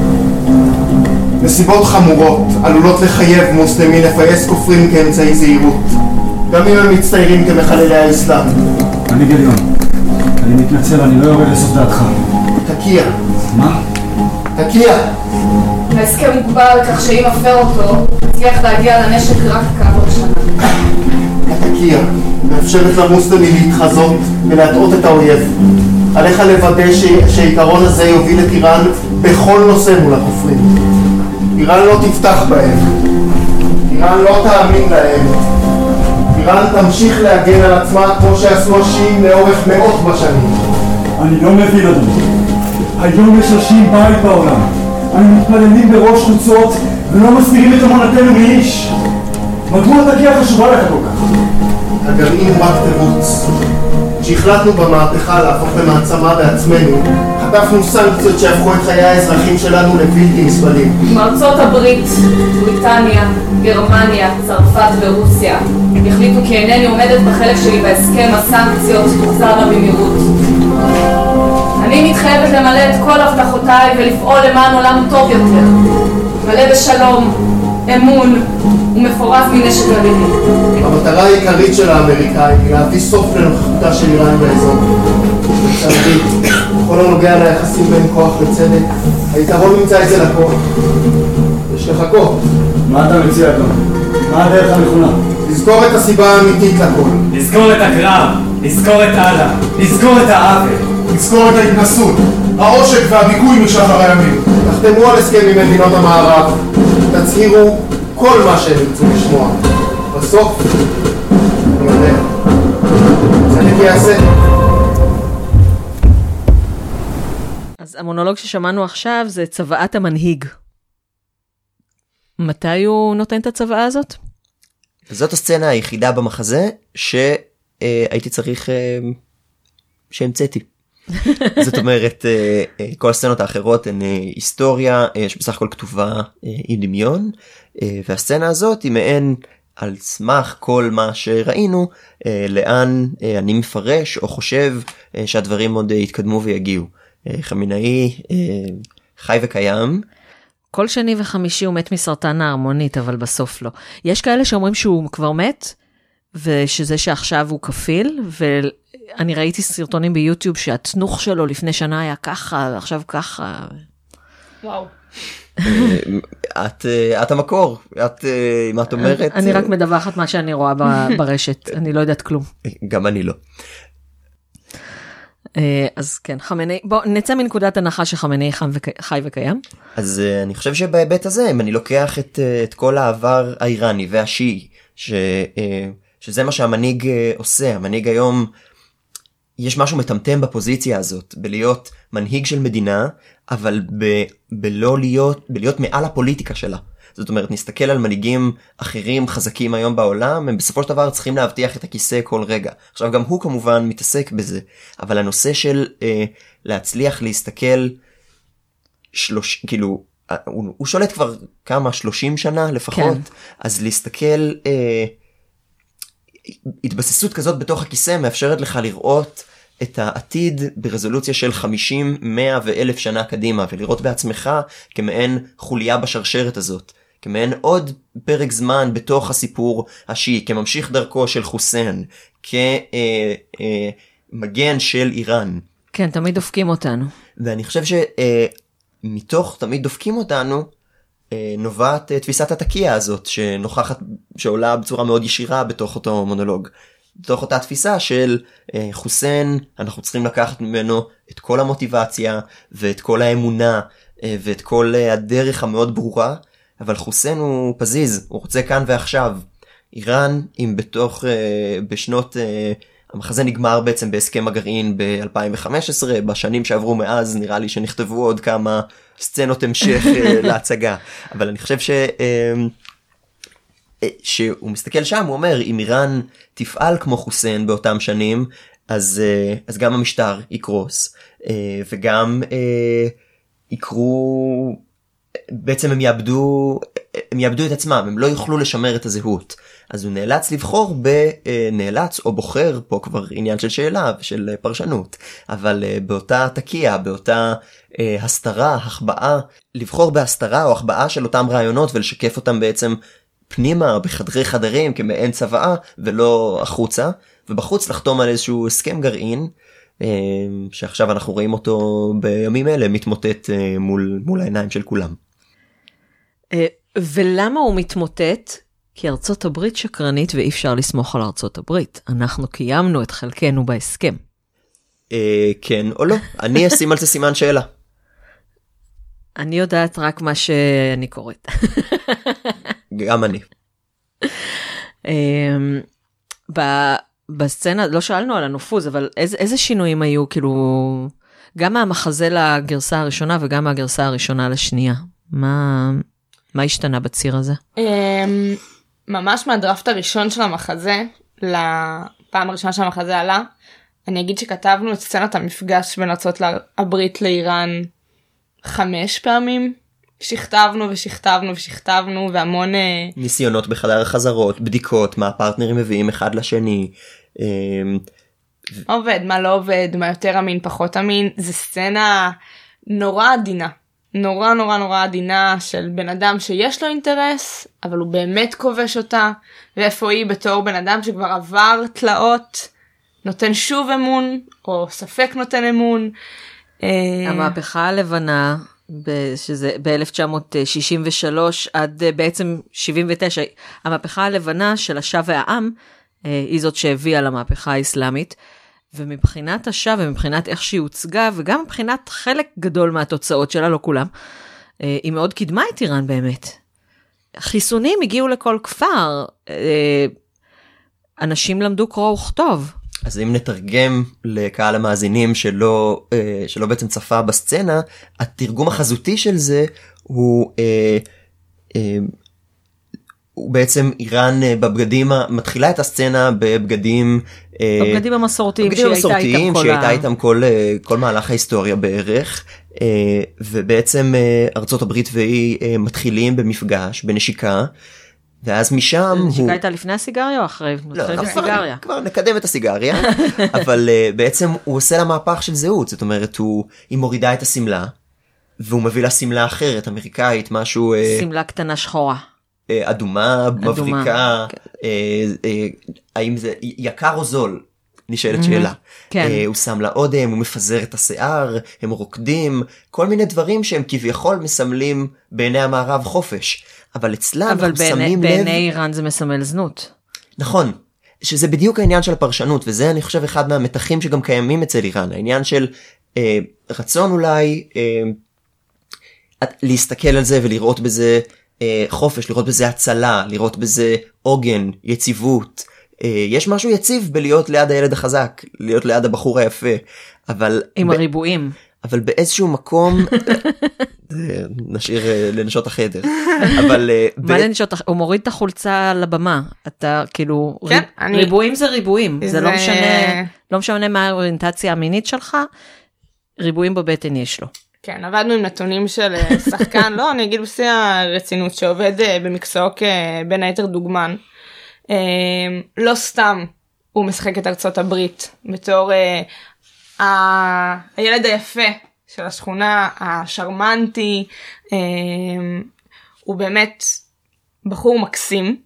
נסיבות חמורות עלולות לחייב מוסלמי לפייס כופרים כאמצעי זהירות, גם אם הם מצטיירים כמחללי האסלאם. אני גליון, אני מתנצל, אני לא יורד לסוף דעתך. תקיע. מה? תקיע. ההסכם מוגבל כך שאם אפר אותו, תצליח להגיע לנשק רק כעבור שנה. תקיע, מאפשרת למוסלמים להתחזות ולהטעות את האויב. עליך לוודא שהעיקרון הזה יוביל את איראן בכל נושא מול הכופרים. איראן לא תפתח בהם, איראן לא תאמין להם, איראן תמשיך להגן על עצמה כמו שעשו השיעים לאורך מאות בשנים. אני לא מבין אדוני, היום יש השיעים בית בעולם, אנו מתפללים בראש חוצות ולא מסתירים את אמונתנו מאיש. מדוע התקיעה חשובה לך כל כך? הגרעין הוא רק תירוץ. כשהחלטנו במהפכה להפוך למעצמה בעצמנו, חטפנו סנקציות שהפכו את חיי האזרחים שלנו לבלתי נסבלים. ארצות הברית, בריטניה, גרמניה, צרפת ורוסיה החליטו כי אינני עומדת בחלק שלי בהסכם, הסנקציות תוחזרנה במהירות. אני מתחייבת למלא את כל הבטחותיי ולפעול למען עולם טוב יותר, מלא בשלום, אמון ומפורז מנשק גרעיני. המטרה העיקרית של האמריקאים היא להביא סוף לנוכחותה של איראן באזור. לצערי, בכל הנוגע ליחסים בין כוח וצדק, היתרון נמצא אצל הכוח. יש לחכות. מה אתה מציע כאן? מה הדרך הנכונה? לזכור את הסיבה האמיתית לכל. לזכור את הקרב, לזכור את אללה, לזכור את העוול. לזכור את ההתנסות, העושק והדיכוי משחר הימים. תחתמו על הסכם עם מדינות המערב, תצהירו כל מה שהם ירצו לשמוע. בסוף, אני יודע, צדק יעשה. אז המונולוג ששמענו עכשיו זה צוואת המנהיג. מתי הוא נותן את הצוואה הזאת? זאת הסצנה היחידה במחזה שהייתי צריך שהמצאתי. זאת אומרת, כל הסצנות האחרות הן היסטוריה שבסך הכל כתובה עם דמיון, והסצנה הזאת היא מעין על סמך כל מה שראינו, לאן אני מפרש או חושב שהדברים עוד יתקדמו ויגיעו. חמינאי חי וקיים. כל שני וחמישי הוא מת מסרטן ההרמונית, אבל בסוף לא. יש כאלה שאומרים שהוא כבר מת, ושזה שעכשיו הוא כפיל, ואני ראיתי סרטונים ביוטיוב שהתנוך שלו לפני שנה היה ככה, עכשיו ככה. וואו. את המקור, מה את אומרת? אני רק מדווחת מה שאני רואה ברשת, אני לא יודעת כלום. גם אני לא. אז כן, חמינאי, בוא נצא מנקודת הנחה שחמינאי חי וקיים. אז אני חושב שבהיבט הזה, אם אני לוקח את כל העבר האיראני והשיעי, שזה מה שהמנהיג עושה, המנהיג היום, יש משהו מטמטם בפוזיציה הזאת, בלהיות מנהיג של מדינה, אבל בלהיות מעל הפוליטיקה שלה. זאת אומרת, נסתכל על מנהיגים אחרים חזקים היום בעולם, הם בסופו של דבר צריכים להבטיח את הכיסא כל רגע. עכשיו, גם הוא כמובן מתעסק בזה, אבל הנושא של להצליח להסתכל, כאילו, הוא שולט כבר כמה, 30 שנה לפחות, כן. אז להסתכל, התבססות כזאת בתוך הכיסא מאפשרת לך לראות את העתיד ברזולוציה של 50, 100 ו1000 שנה קדימה, ולראות בעצמך כמעין חוליה בשרשרת הזאת, כמעין עוד פרק זמן בתוך הסיפור השיעי, כממשיך דרכו של חוסיין, כמגן של איראן. כן, תמיד דופקים אותנו. ואני חושב שמתוך תמיד דופקים אותנו, נובעת תפיסת התקיעה הזאת, שעולה בצורה מאוד ישירה בתוך אותו מונולוג. בתוך אותה תפיסה של חוסיין, אנחנו צריכים לקחת ממנו את כל המוטיבציה, ואת כל האמונה, ואת כל הדרך המאוד ברורה, אבל חוסיין הוא פזיז, הוא רוצה כאן ועכשיו. איראן, אם בשנות, המחזה נגמר בעצם בהסכם הגרעין ב-2015, בשנים שעברו מאז נראה לי שנכתבו עוד כמה סצנות המשך להצגה. אבל אני חושב שהוא מסתכל שם, הוא אומר, אם איראן תפעל כמו חוסיין באותם שנים, אז גם המשטר יקרוס, וגם יקרו, בעצם הם יאבדו את עצמם, הם לא יוכלו לשמר את הזהות. אז הוא נאלץ לבחור נאלץ או בוחר, פה כבר עניין של שאלה ושל פרשנות, אבל באותה תקיעה, באותה הסתרה, החבאה, לבחור בהסתרה או החבאה של אותם רעיונות ולשקף אותם בעצם פנימה בחדרי חדרים כמעין צוואה ולא החוצה, ובחוץ לחתום על איזשהו הסכם גרעין, שעכשיו אנחנו רואים אותו בימים אלה מתמוטט מול העיניים של כולם. ולמה הוא מתמוטט? כי ארצות הברית שקרנית ואי אפשר לסמוך על ארצות הברית. אנחנו קיימנו את חלקנו בהסכם. כן או לא? אני אשים על זה סימן שאלה. אני יודעת רק מה שאני קוראת. גם אני. בסצנה, לא שאלנו על הנופוז, אבל איזה שינויים היו, כאילו, גם מהמחזה לגרסה הראשונה וגם מהגרסה הראשונה לשנייה. מה השתנה בציר הזה? ממש מהדרפט הראשון של המחזה, לפעם הראשונה שהמחזה עלה, אני אגיד שכתבנו את סצנת המפגש בין ארצות הברית לאיראן 5 פעמים. שכתבנו ושכתבנו ושכתבנו, והמון ניסיונות בחדר החזרות, בדיקות, מה הפרטנרים מביאים אחד לשני. מה עובד, מה לא עובד, מה יותר אמין, פחות אמין. זה סצנה נורא עדינה. נורא נורא נורא עדינה של בן אדם שיש לו אינטרס, אבל הוא באמת כובש אותה, ואיפה היא בתור בן אדם שכבר עבר תלאות, נותן שוב אמון, או ספק נותן אמון. המהפכה הלבנה, שזה ב-1963 עד בעצם 79, המהפכה הלבנה של השאה והעם, היא זאת שהביאה למהפכה האסלאמית, ומבחינת השאה ומבחינת איך שהיא הוצגה, וגם מבחינת חלק גדול מהתוצאות שלה, לא כולם, היא מאוד קידמה את איראן באמת. חיסונים הגיעו לכל כפר, אנשים למדו קרוא וכתוב. אז אם נתרגם לקהל המאזינים שלא בעצם צפה בסצנה, התרגום החזותי של זה הוא בעצם איראן בבגדים, מתחילה את הסצנה בבגדים המסורתיים, שהייתה איתם כל מהלך ההיסטוריה בערך, ובעצם ארצות הברית והיא מתחילים במפגש, בנשיקה, ואז משם נשיקה הייתה לפני הסיגריה או אחרי? כבר נקדם את הסיגריה, אבל בעצם הוא עושה לה מהפך של זהות, זאת אומרת, היא מורידה את הסמלה, והוא מביא לה סמלה אחרת, אמריקאית, משהו סמלה קטנה שחורה. אדומה, מבריקה, האם זה יקר או זול? נשאלת שאלה. הוא שם לה אודם, הוא מפזר את השיער, הם רוקדים, כל מיני דברים שהם כביכול מסמלים בעיני המערב חופש. אבל אצלם אנחנו שמים לב... אבל בעיני איראן זה מסמל זנות. נכון, שזה בדיוק העניין של הפרשנות, וזה אני חושב אחד מהמתחים שגם קיימים אצל איראן, העניין של רצון אולי להסתכל על זה ולראות בזה חופש, לראות בזה הצלה, לראות בזה עוגן, יציבות. יש משהו יציב בלהיות ליד הילד החזק, להיות ליד הבחור היפה, אבל... עם הריבועים. אבל באיזשהו מקום, נשאיר לנשות החדר, אבל... מה לנשות? הוא מוריד את החולצה לבמה, אתה כאילו, ריבועים זה ריבועים, זה לא משנה מה האוריינטציה המינית שלך, ריבועים בבטן יש לו. כן, עבדנו עם נתונים של שחקן, לא, אני אגיד בשיא הרצינות, שעובד במקצוע בין היתר דוגמן, לא סתם הוא משחק את ארצות הברית, בתור הילד היפה של השכונה, השרמנטי, הוא באמת בחור מקסים,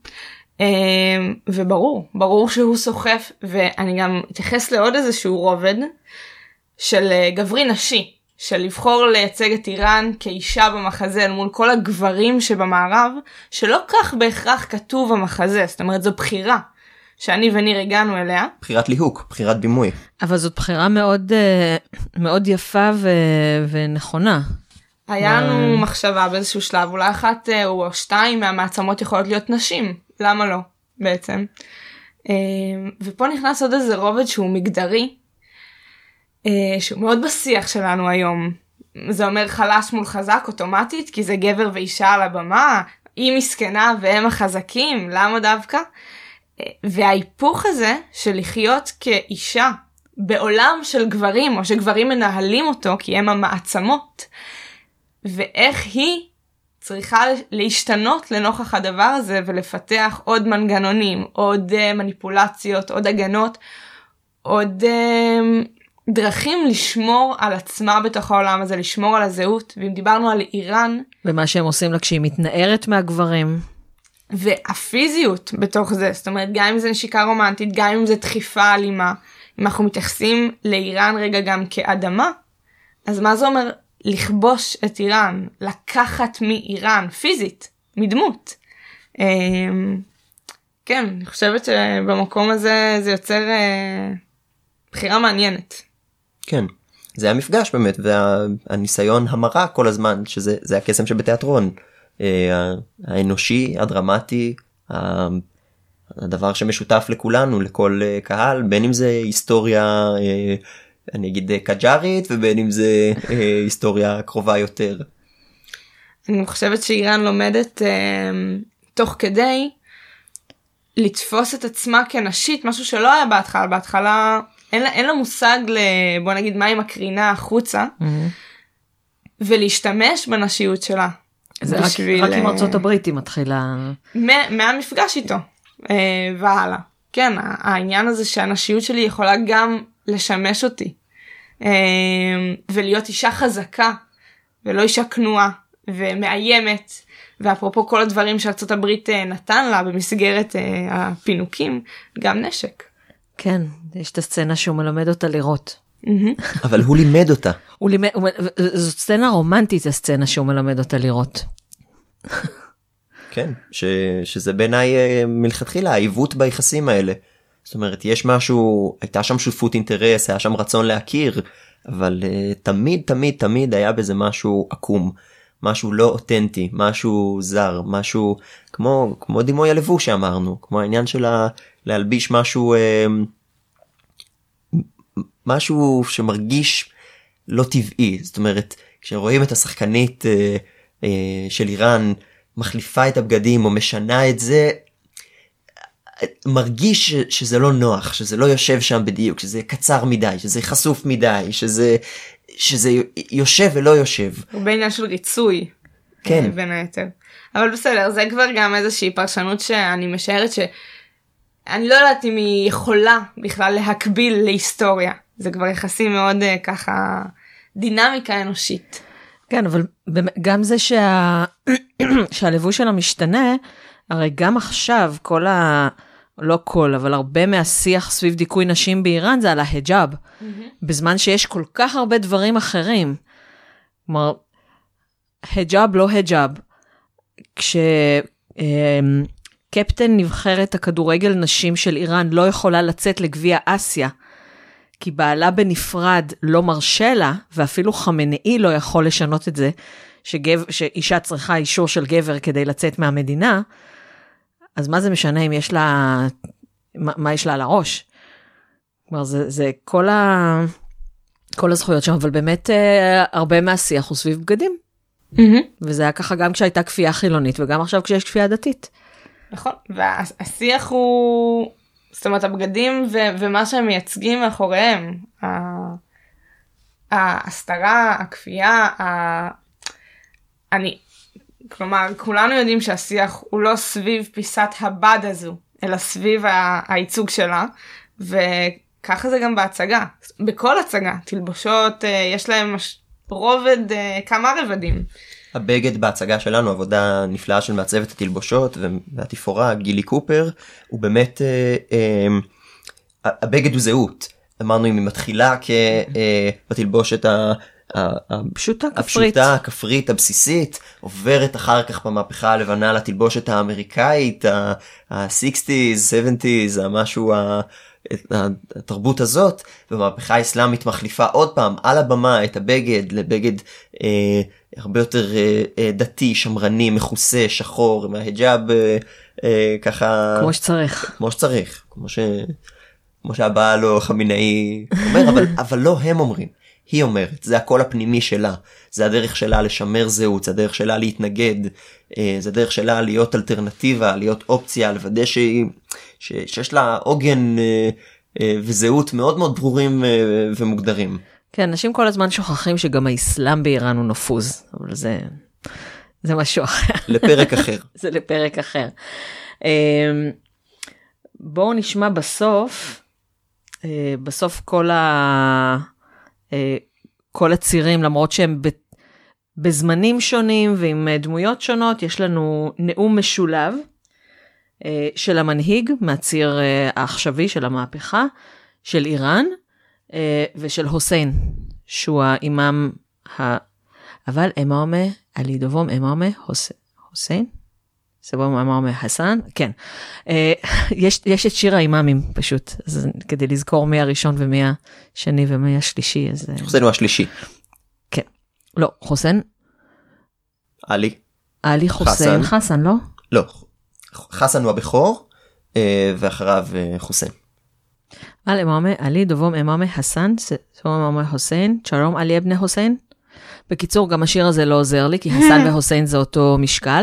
וברור שהוא סוחף, ואני גם אתייחס לעוד איזשהו רובד של גברי נשי, של לבחור לייצג את איראן כאישה במחזה מול כל הגברים שבמערב, שלא כך בהכרח כתוב במחזה, זאת אומרת זו בחירה שאני וניר הגענו אליה. בחירת ליהוק, בחירת בימוי. אבל זאת בחירה מאוד, מאוד יפה ונכונה. היה לנו מחשבה באיזשהו שלב, אולי אחת או שתיים מהמעצמות יכולות להיות נשים, למה לא בעצם? ופה נכנס עוד איזה רובד שהוא מגדרי, שהוא מאוד בשיח שלנו היום. זה אומר חלש מול חזק אוטומטית, כי זה גבר ואישה על הבמה, היא מסכנה והם החזקים, למה דווקא? וההיפוך הזה של לחיות כאישה בעולם של גברים, או שגברים מנהלים אותו כי הם המעצמות, ואיך היא צריכה להשתנות לנוכח הדבר הזה ולפתח עוד מנגנונים, עוד מניפולציות, עוד הגנות, עוד דרכים לשמור על עצמה בתוך העולם הזה, לשמור על הזהות. ואם דיברנו על איראן, ומה שהם עושים לה כשהיא מתנערת מהגברים, והפיזיות בתוך זה, זאת אומרת גם אם זה נשיקה רומנטית, גם אם זה דחיפה אלימה, אם אנחנו מתייחסים לאיראן רגע גם כאדמה, אז מה זה אומר לכבוש את איראן, לקחת מאיראן פיזית, מדמות? כן, אני חושבת שבמקום הזה זה יוצר בחירה מעניינת. כן, זה המפגש באמת, והניסיון המראה כל הזמן, שזה הקסם שבתיאטרון. האנושי, הדרמטי, הדבר שמשותף לכולנו, לכל קהל, בין אם זה היסטוריה אני אגיד קג'ארית, ובין אם זה היסטוריה קרובה יותר. אני חושבת שאיראן לומדת תוך כדי לתפוס את עצמה כנשית, משהו שלא היה בהתחלה. בהתחלה אין לה מושג בוא נגיד מה היא מקרינה החוצה, ולהשתמש בנשיות שלה. זה רק עם ארצות הברית היא מתחילה... מהמפגש איתו והלאה. כן, העניין הזה שהנשיות שלי יכולה גם לשמש אותי, ולהיות אישה חזקה, ולא אישה כנועה, ומאיימת, ואפרופו כל הדברים שארצות הברית נתן לה במסגרת הפינוקים, גם נשק. כן, יש את הסצנה שהוא מלמד אותה לראות. אבל הוא לימד אותה. זאת סצנה רומנטית, הסצנה שהוא מלמד אותה לראות. כן, שזה בעיניי מלכתחילה, העיוות ביחסים האלה. זאת אומרת, יש משהו, הייתה שם שותפות אינטרס, היה שם רצון להכיר, אבל תמיד היה בזה משהו עקום, משהו לא אותנטי, משהו זר, משהו כמו דימוי הלבוש שאמרנו, כמו העניין של להלביש משהו שמרגיש לא טבעי. זאת אומרת, כשרואים את השחקנית של איראן מחליפה את הבגדים או משנה את זה, מרגיש שזה לא נוח, שזה לא יושב שם בדיוק, שזה קצר מדי, שזה חשוף מדי, שזה יושב ולא יושב. הרבה עניין של ריצוי, כן. בין היתר. אבל בסדר, זה כבר גם איזושהי פרשנות שאני משערת שאני לא יודעת אם היא יכולה בכלל להקביל להיסטוריה. זה כבר יחסים מאוד ככה דינמיקה אנושית. כן, אבל גם זה שהלבוש שלה משתנה, הרי גם עכשיו לא כל, אבל הרבה מהשיח סביב דיכוי נשים באיראן זה על ההיג'אב, בזמן שיש כל כך הרבה דברים אחרים. כלומר, היג'אב לא היג'אב. כשקפטן נבחרת הכדורגל נשים של איראן לא יכולה לצאת לגביע אסיה, כי בעלה בנפרד לא מרשה לה, ואפילו חמנאי לא יכול לשנות את זה, שאישה צריכה אישור של גבר כדי לצאת מהמדינה, אז מה זה משנה אם יש לה, מה יש לה על הראש? כלומר, זה כל הזכויות שם, אבל באמת הרבה מהשיח הוא סביב בגדים. וזה היה ככה גם כשהייתה כפייה חילונית, וגם עכשיו כשיש כפייה דתית. נכון, והשיח הוא, זאת אומרת, הבגדים ומה שהם מייצגים מאחוריהם, ההסתרה, הכפייה, כלומר, כולנו יודעים שהשיח הוא לא סביב פיסת הבד הזו, אלא סביב הייצוג שלה, וככה זה גם בהצגה. בכל הצגה, תלבושות, יש להם רובד, כמה רבדים. הבגד בהצגה שלנו, עבודה נפלאה של מעצבת התלבושות והתפאורה, גילי קופר, הוא באמת, הבגד הוא זהות. אמרנו אם היא מתחילה בתלבושת הפשוטה, הכפרית, הבסיסית, עוברת אחר כך במהפכה הלבנה לתלבושת האמריקאית, ה-60s, 70s, המשהו, התרבות הזאת, במהפכה האסלאמית מחליפה עוד פעם על הבמה את הבגד לבגד הרבה יותר דתי, שמרני, מכוסה, שחור, מההיג'אב ככה... כמו שצריך, כמו שהבעל או חמינאי אומר, אבל לא הם אומרים. היא אומרת, זה הכל הפנימי שלה, זה הדרך שלה לשמר זהות, זה הדרך שלה להתנגד, זה הדרך שלה להיות אלטרנטיבה, להיות אופציה, לוודא שיש לה עוגן וזהות מאוד מאוד ברורים ומוגדרים. כן, אנשים כל הזמן שוכחים שגם האסלאם באיראן הוא נפוז, אבל זה משהו אחר. לפרק אחר. זה לפרק אחר. בואו נשמע בסוף כל הצירים, למרות שהם בזמנים שונים ועם דמויות שונות, יש לנו נאום משולב של המנהיג מהציר העכשווי של המהפכה, של איראן, ושל חוסיין, שהוא האימאם, אבל אמאמה, עלי דובום אמאמה, חוסיין? סבום אמאמה חסן? כן. יש את שיר האימאמים פשוט, אז כדי לזכור מי הראשון ומי השני ומי השלישי. חוסיין הוא השלישי. כן. לא, חוסיין. עלי חוסיין, חסן, לא? לא, חסן הוא הבכור, ואחריו חוסיין. על אמאמה עלי, דובום אמאמה חסן, סום אמאמה חוסיין, שלום עלי אבני חוסיין. בקיצור, גם השיר הזה לא עוזר לי, כי חסן וחוסיין זה אותו משקל.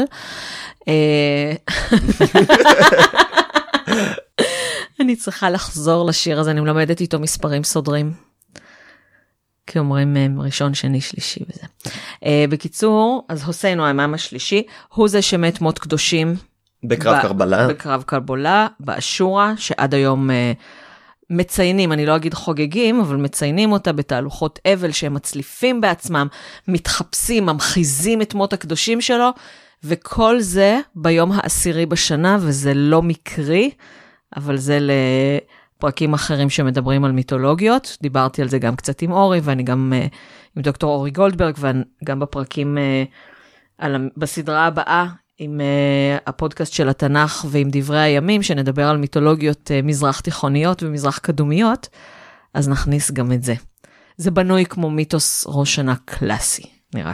אני צריכה לחזור לשיר הזה, אני מלמדת איתו מספרים סודרים. כי אומרים ראשון, שני, שלישי וזה. בקיצור, אז חוסיין הוא האמאם השלישי, הוא זה שמת מות קדושים. בקרב קרבלה. בקרב קרבלה, באשורה, שעד היום מציינים, אני לא אגיד חוגגים, אבל מציינים אותה בתהלוכות אבל, שהם מצליפים בעצמם, מתחפשים, ממחיזים את מות הקדושים שלו, וכל זה ביום העשירי בשנה, וזה לא מקרי, אבל זה לפרקים אחרים שמדברים על מיתולוגיות, דיברתי על זה גם קצת עם אורי, ואני גם עם דוקטור אורי גולדברג, וגם בפרקים בסדרה הבאה, עם הפודקאסט של התנ"ך ועם דברי הימים, שנדבר על מיתולוגיות מזרח תיכוניות ומזרח קדומיות, אז נכניס גם את זה. זה בנוי כמו מיתוס ראש שנה קלאסי, נראה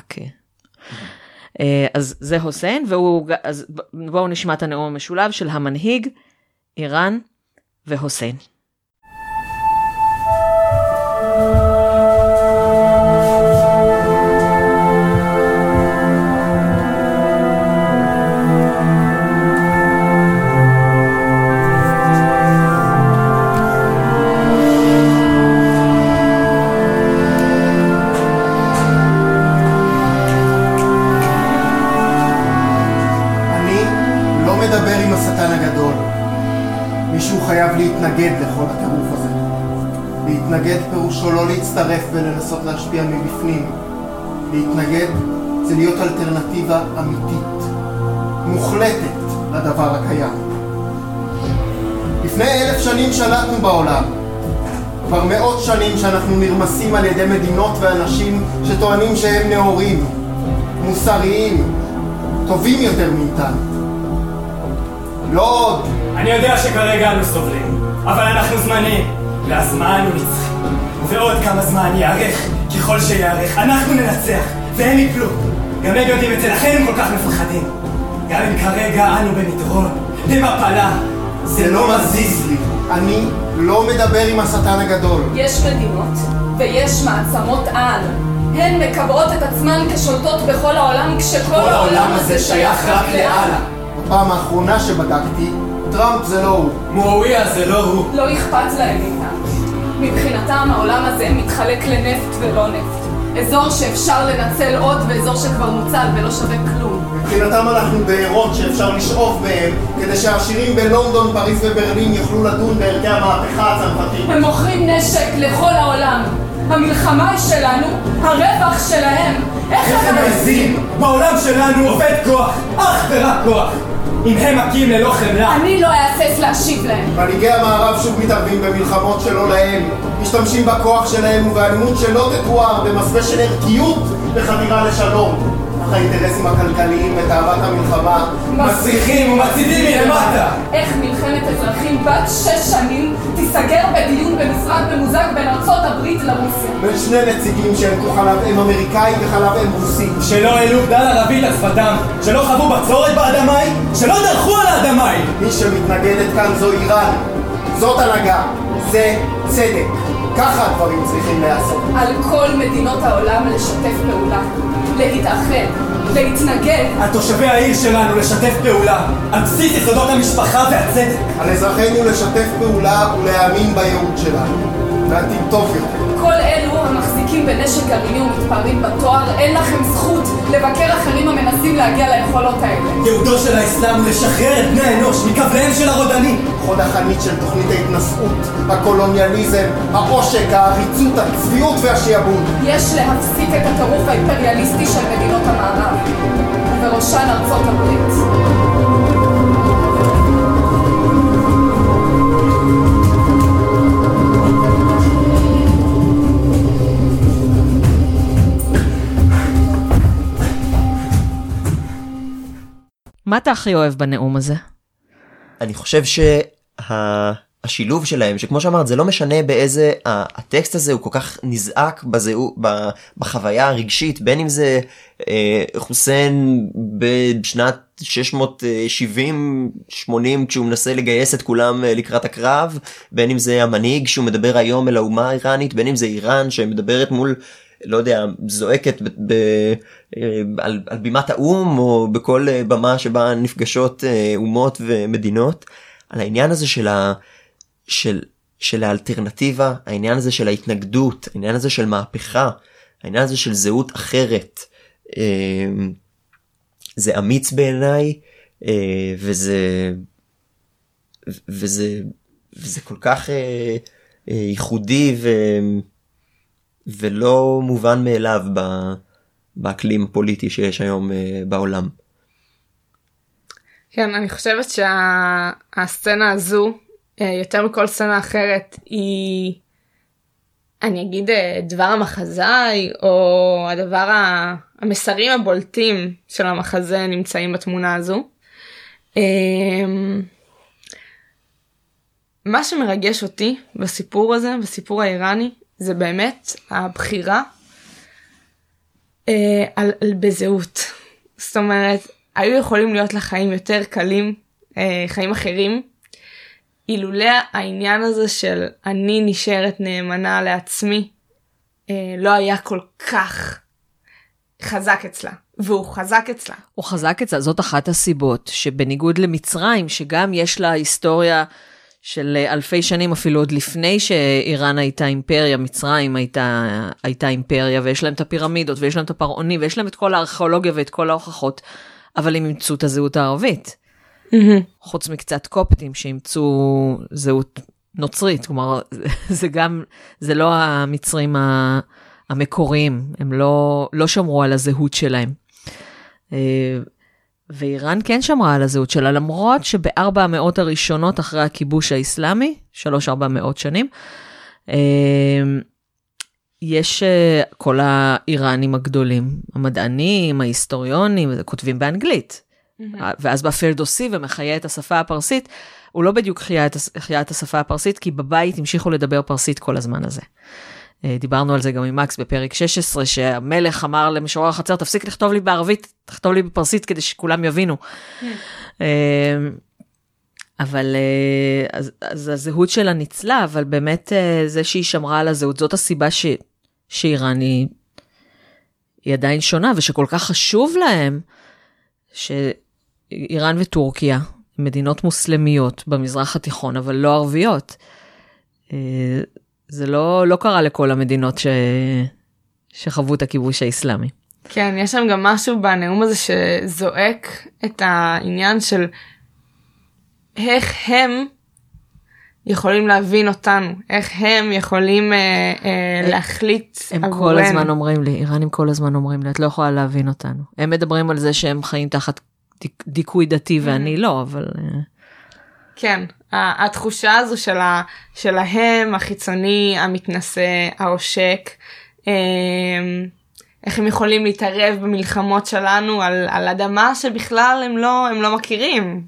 אז זה חוסיין, אז בואו נשמע את הנאום המשולב של המנהיג, איראן וחוסיין. חייב להתנגד לכל הטירוף הזה. להתנגד פירושו לא להצטרף ולנסות להשפיע מבפנים. להתנגד זה להיות אלטרנטיבה אמיתית, מוחלטת לדבר הקיים. לפני 1000 שנים שלטנו בעולם. כבר מאות שנים שאנחנו נרמסים על ידי מדינות ואנשים שטוענים שהם נאורים, מוסריים, טובים יותר מאיתנו. לא עוד. אני יודע שכרגע אנו סובלים, אבל אנחנו זמנים, והזמן הוא נצחי. ובעוד כמה זמן יארך, ככל שיארך, אנחנו ננצח, והם יפלו. גם הם יודעים את זה, לכן הם כל כך מפחדים. גם אם כרגע אנו במדרון, במפלה, זה לא מזיז לי. אני לא מדבר עם השטן הגדול. יש מדינות, ויש מעצמות על. הן מקבעות את עצמן כשולטות בכל העולם, כשכל העולם הזה שייך רק לאללה. בפעם האחרונה שבדקתי, טראמפ זה לא הוא. מואוויה זה לא הוא. לא אכפת להם איתם. מבחינתם העולם הזה מתחלק לנפט ולא נפט. אזור שאפשר לנצל עוד ואזור שכבר נוצל ולא שווה כלום. מבחינתם אנחנו בארות שאפשר לשאוף בהם כדי שהעשירים בלונדון, פריז וברלין יוכלו לדון בערכי המהפכה הצרפתית. הם מוכרים נשק לכל העולם. המלחמה היא שלנו, הרווח שלהם. איך הם מעזים? בעולם שלנו עובד כוח, אך ורק כוח. אם הם מכים ללא חמלה. אני לא אעסס להשיב להם. מנהיגי המערב שוב מתערבים במלחמות שלא להם. משתמשים בכוח שלהם ובאלימות שלא תתואר במסווה של ערכיות בחדירה לשלום. אך האינטרסים הכלכליים ותאוות המלחמה מצליחים ומציבים מלמטה. איך מלחמת אזרחים בת 6 שנים תיסגר בדיון במשרד ממוזג בין ארצות הברית לרוסיה? בין שני נציגים שהם חלב אם אמריקאי וחלב אם רוסי. שלא העלו בדל ערבית על שפתם, שלא חוו בצורת באדמאי, שלא דרכו על האדמאי. מי שמתנגדת כאן זו איראן. זאת הנהגה. זה צדק. ככה הדברים צריכים לעשות. על כל מדינות העולם לשתף פעולה, להתאחד, להתנגד. על תושבי העיר שלנו לשתף פעולה, על בסיס יסודות המשפחה והצדק. על אזרחינו לשתף פעולה ולהאמין בייעוד שלנו, ועתיד טוב יותר. כל אלו המחזיקים בנשק גרעיני ומתפארים בתואר, אין לכם זכות לבקר אחרים המנסים להגיע ליכולות האלה. ייעודו של האסלאם הוא לשחרר את בני האנוש מכבליהם של הרודנים. חוד החנית של תוכנית ההתנשאות, הקולוניאליזם, העושק, העריצות, הצביעות והשיעבוד. יש להפסיק את הטירוף האימפריאליסטי של מדינות המערב, ובראשן ארצות הברית. מה אתה הכי אוהב בנאום הזה? אני חושב השילוב שלהם, שכמו שאמרת, זה לא משנה באיזה, הטקסט הזה הוא כל כך נזעק בחוויה הרגשית, בין אם זה חוסיין בשנת 670-80, כשהוא מנסה לגייס את כולם לקראת הקרב, בין אם זה המנהיג שהוא מדבר היום אל האומה האיראנית, בין אם זה איראן שמדברת מול, לא יודע, זועקת על בימת האום, או בכל במה שבה נפגשות אומות ומדינות, על העניין הזה של האלטרנטיבה, העניין הזה של ההתנגדות, העניין הזה של מהפכה, העניין הזה של זהות אחרת, זה אמיץ בעיניי, וזה כל כך ייחודי ולא מובן מאליו באקלים הפוליטי שיש היום בעולם. כן, אני חושבת שהסצנה הזו, יותר מכל סצנה אחרת, היא, אני אגיד, דבר המחזאי, או המסרים הבולטים של המחזה נמצאים בתמונה הזו. מה שמרגש אותי בסיפור הזה, בסיפור האיראני, זה באמת הבחירה בזהות. זאת אומרת, היו יכולים להיות לחיים יותר קלים, חיים אחרים, אילולא העניין הזה של אני נשארת נאמנה לעצמי, לא היה כל כך חזק אצלה, והוא חזק אצלה. הוא חזק אצלה, זאת אחת הסיבות, שבניגוד למצרים, שגם יש לה היסטוריה של אלפי שנים, אפילו עוד לפני שאיראן הייתה אימפריה, מצרים הייתה אימפריה, ויש להם את הפירמידות, ויש להם את הפרעונים, ויש להם את כל הארכיאולוגיה ואת כל ההוכחות, אבל הם אימצו את הזהות הערבית. חוץ מקצת קופטים שאימצו זהות נוצרית, כלומר, זה לא המצרים המקוריים, הם לא שמרו על הזהות שלהם. ואיראן כן שמרה על הזהות שלה, למרות שב400 הראשונות אחרי הכיבוש האסלאמי, 300-400 שנים, יש כל האיראנים הגדולים, המדענים, ההיסטוריונים, כותבים באנגלית. ואז בפרדוסי ומחיה את השפה הפרסית, הוא לא בדיוק חיה את השפה הפרסית, כי בבית המשיכו לדבר פרסית כל הזמן הזה. דיברנו על זה גם עם מקס בפרק 16, שהמלך אמר למשורר החצר, תפסיק לכתוב לי בערבית, תכתוב לי בפרסית כדי שכולם יבינו. אבל אז הזהות שלה ניצלה, אבל באמת זה שהיא שמרה על הזהות, זאת הסיבה שאיראן היא עדיין שונה, ושכל כך חשוב להם, שאיראן וטורקיה, מדינות מוסלמיות במזרח התיכון, אבל לא ערביות. זה לא קרה לכל המדינות שחוו את הכיבוש האסלאמי. כן, יש שם גם משהו בנאום הזה שזועק את העניין של איך הם יכולים להבין אותנו, איך הם יכולים להחליט עבורנו. הם כל הזמן אומרים לי, איראנים כל הזמן אומרים לי, את לא יכולה להבין אותנו. הם מדברים על זה שהם חיים תחת דיכוי דתי ואני לא, אבל... כן, התחושה הזו שלהם, החיצוני, המתנשא, העושק, איך הם יכולים להתערב במלחמות שלנו על אדמה שבכלל הם לא מכירים.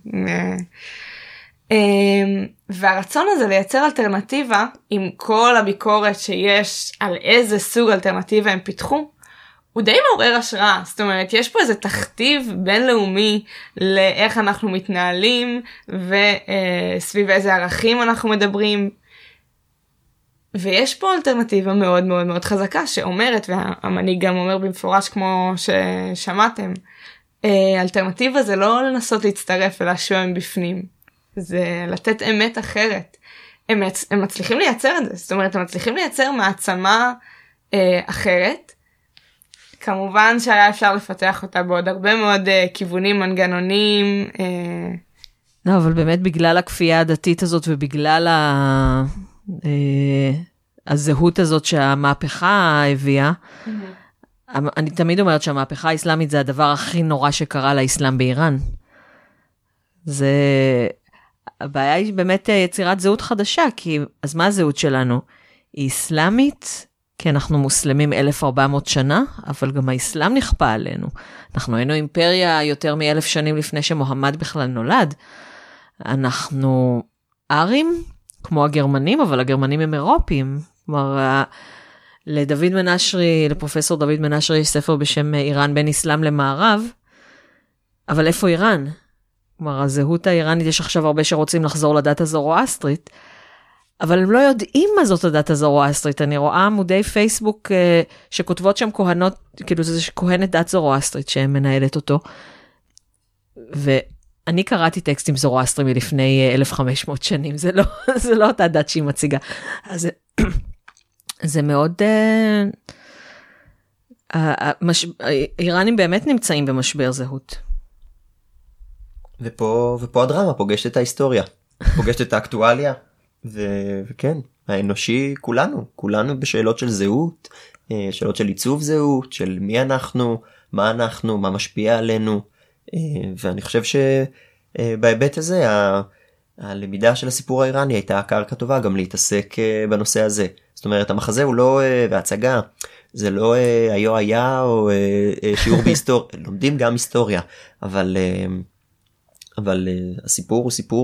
והרצון הזה לייצר אלטרנטיבה, עם כל הביקורת שיש על איזה סוג אלטרנטיבה הם פיתחו, הוא די מעורר השראה. זאת אומרת, יש פה איזה תכתיב בינלאומי לאיך אנחנו מתנהלים, וסביב איזה ערכים אנחנו מדברים. ויש פה אלטרנטיבה מאוד מאוד מאוד חזקה, שאומרת, והמנהיג גם אומר במפורש כמו ששמעתם, אלטרנטיבה זה לא לנסות להצטרף ולהשוע מבפנים, זה לתת אמת אחרת. הם מצליחים לייצר את זה, זאת אומרת, הם מצליחים לייצר מעצמה אחרת, כמובן שהיה אפשר לפתח אותה בעוד הרבה מאוד כיוונים, מנגנונים. לא, אבל באמת בגלל הכפייה הדתית הזאת ובגלל הזהות הזאת שהמהפכה הביאה, אני תמיד אומרת שהמהפכה האסלאמית זה הדבר הכי נורא שקרה לאסלאם באיראן. הבעיה היא באמת יצירת זהות חדשה, כי אז מה הזהות שלנו? היא אסלאמית, כי אנחנו מוסלמים 1400 שנה, אבל גם האסלאם נכפה עלינו. אנחנו היינו אימפריה יותר מ1000 שנים לפני שמוחמד בכלל נולד. אנחנו ארים, כמו הגרמנים, אבל הגרמנים הם אירופים. כלומר, לדוד מנשרי, לפרופסור דוד מנשרי, יש ספר בשם איראן בין אסלאם למערב, אבל איפה איראן? כלומר, הזהות האיראנית, יש עכשיו הרבה שרוצים לחזור לדת הזורואסטרית, אבל הם לא יודעים מה זאת הדת הזורואסטרית. אני רואה עמודי פייסבוק שכותבות שם כהנות, כאילו זה כהנת דת זורואסטרית שמנהלת אותו, ואני קראתי טקסטים זורואסטרים מלפני 1500 שנים, זה לא אותה דת שהיא מציגה. אז זה מאוד... האיראנים באמת נמצאים במשבר זהות. ופה הדרמה פוגשת את ההיסטוריה, פוגשת את האקטואליה, וכן, האנושי, כולנו בשאלות של זהות, שאלות של עיצוב זהות, של מי אנחנו, מה משפיע עלינו, ואני חושב שבהיבט הזה, הלמידה של הסיפור האיראני הייתה קרקע טובה גם להתעסק בנושא הזה. זאת אומרת, המחזה הוא לא, וההצגה, זה לא היה או שיעור בהיסטוריה, לומדים גם היסטוריה, אבל הסיפור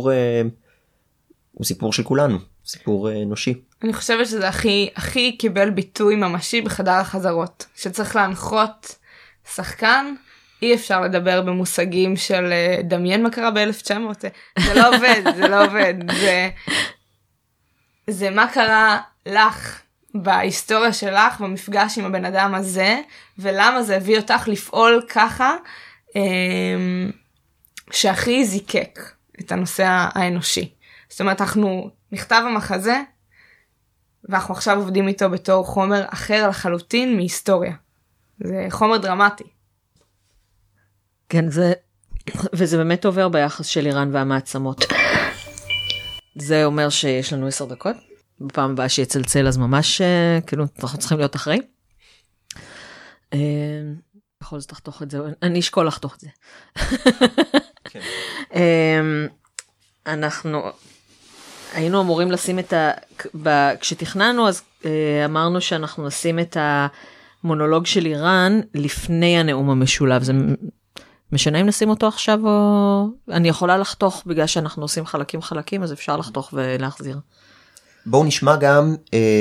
הוא סיפור של כולנו, סיפור אנושי. אני חושבת שזה הכי קיבל ביטוי ממשי בחדר החזרות, שצריך להנחות שחקן, אי אפשר לדבר במושגים של דמיין מה קרה ב-1900, זה לא עובד, זה מה קרה לך בהיסטוריה שלך, במפגש עם הבן אדם הזה, ולמה זה הביא אותך לפעול ככה, שהכי זיקק את הנושא האנושי. זאת אומרת, אנחנו נכתב המחזה, ואנחנו עכשיו עובדים איתו בתור חומר אחר לחלוטין מהיסטוריה. זה חומר דרמטי. כן, וזה באמת עובר ביחס של איראן והמעצמות. זה אומר שיש לנו 10 דקות. בפעם הבאה שיצלצל, אז ממש, כאילו, אנחנו צריכים להיות אחרי. בכל זאת תחתוך את זה, אני אשקול לחתוך את זה. אנחנו היינו אמורים לשים כשתכננו, אז אמרנו שאנחנו נשים את המונולוג של איראן לפני הנאום המשולב. זה משנה אם נשים אותו עכשיו, או אני יכולה לחתוך בגלל שאנחנו עושים חלקים, אז אפשר לחתוך ולהחזיר. בואו נשמע גם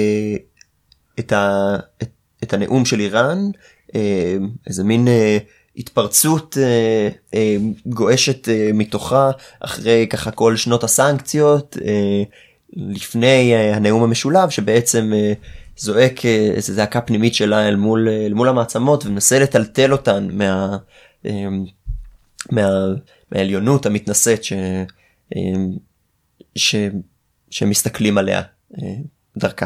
את הנאום של איראן, איזה מין התפרצות גועשת מתוכה, אחרי ככה כל שנות הסנקציות, לפני הנאום המשולב, שבעצם זועק איזו זעקה פנימית שלה אל מול המעצמות, ומנסה לטלטל אותן מהעליונות המתנשאת שמסתכלים עליה דרכה.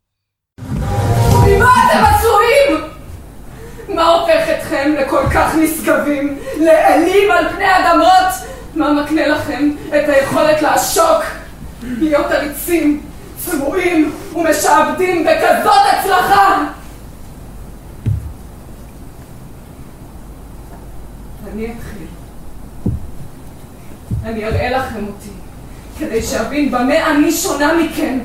ממה אתם עשויים? מה הופך אתכם לכל כך נשגבים, לאלים על פני אדמות? מה מקנה לכם את היכולת לעשוק, להיות עריצים, צבועים ומשעבדים בכזאת הצלחה? אני אתחיל. אני אראה לכם אותי, כדי שאבין במה אני שונה מכם.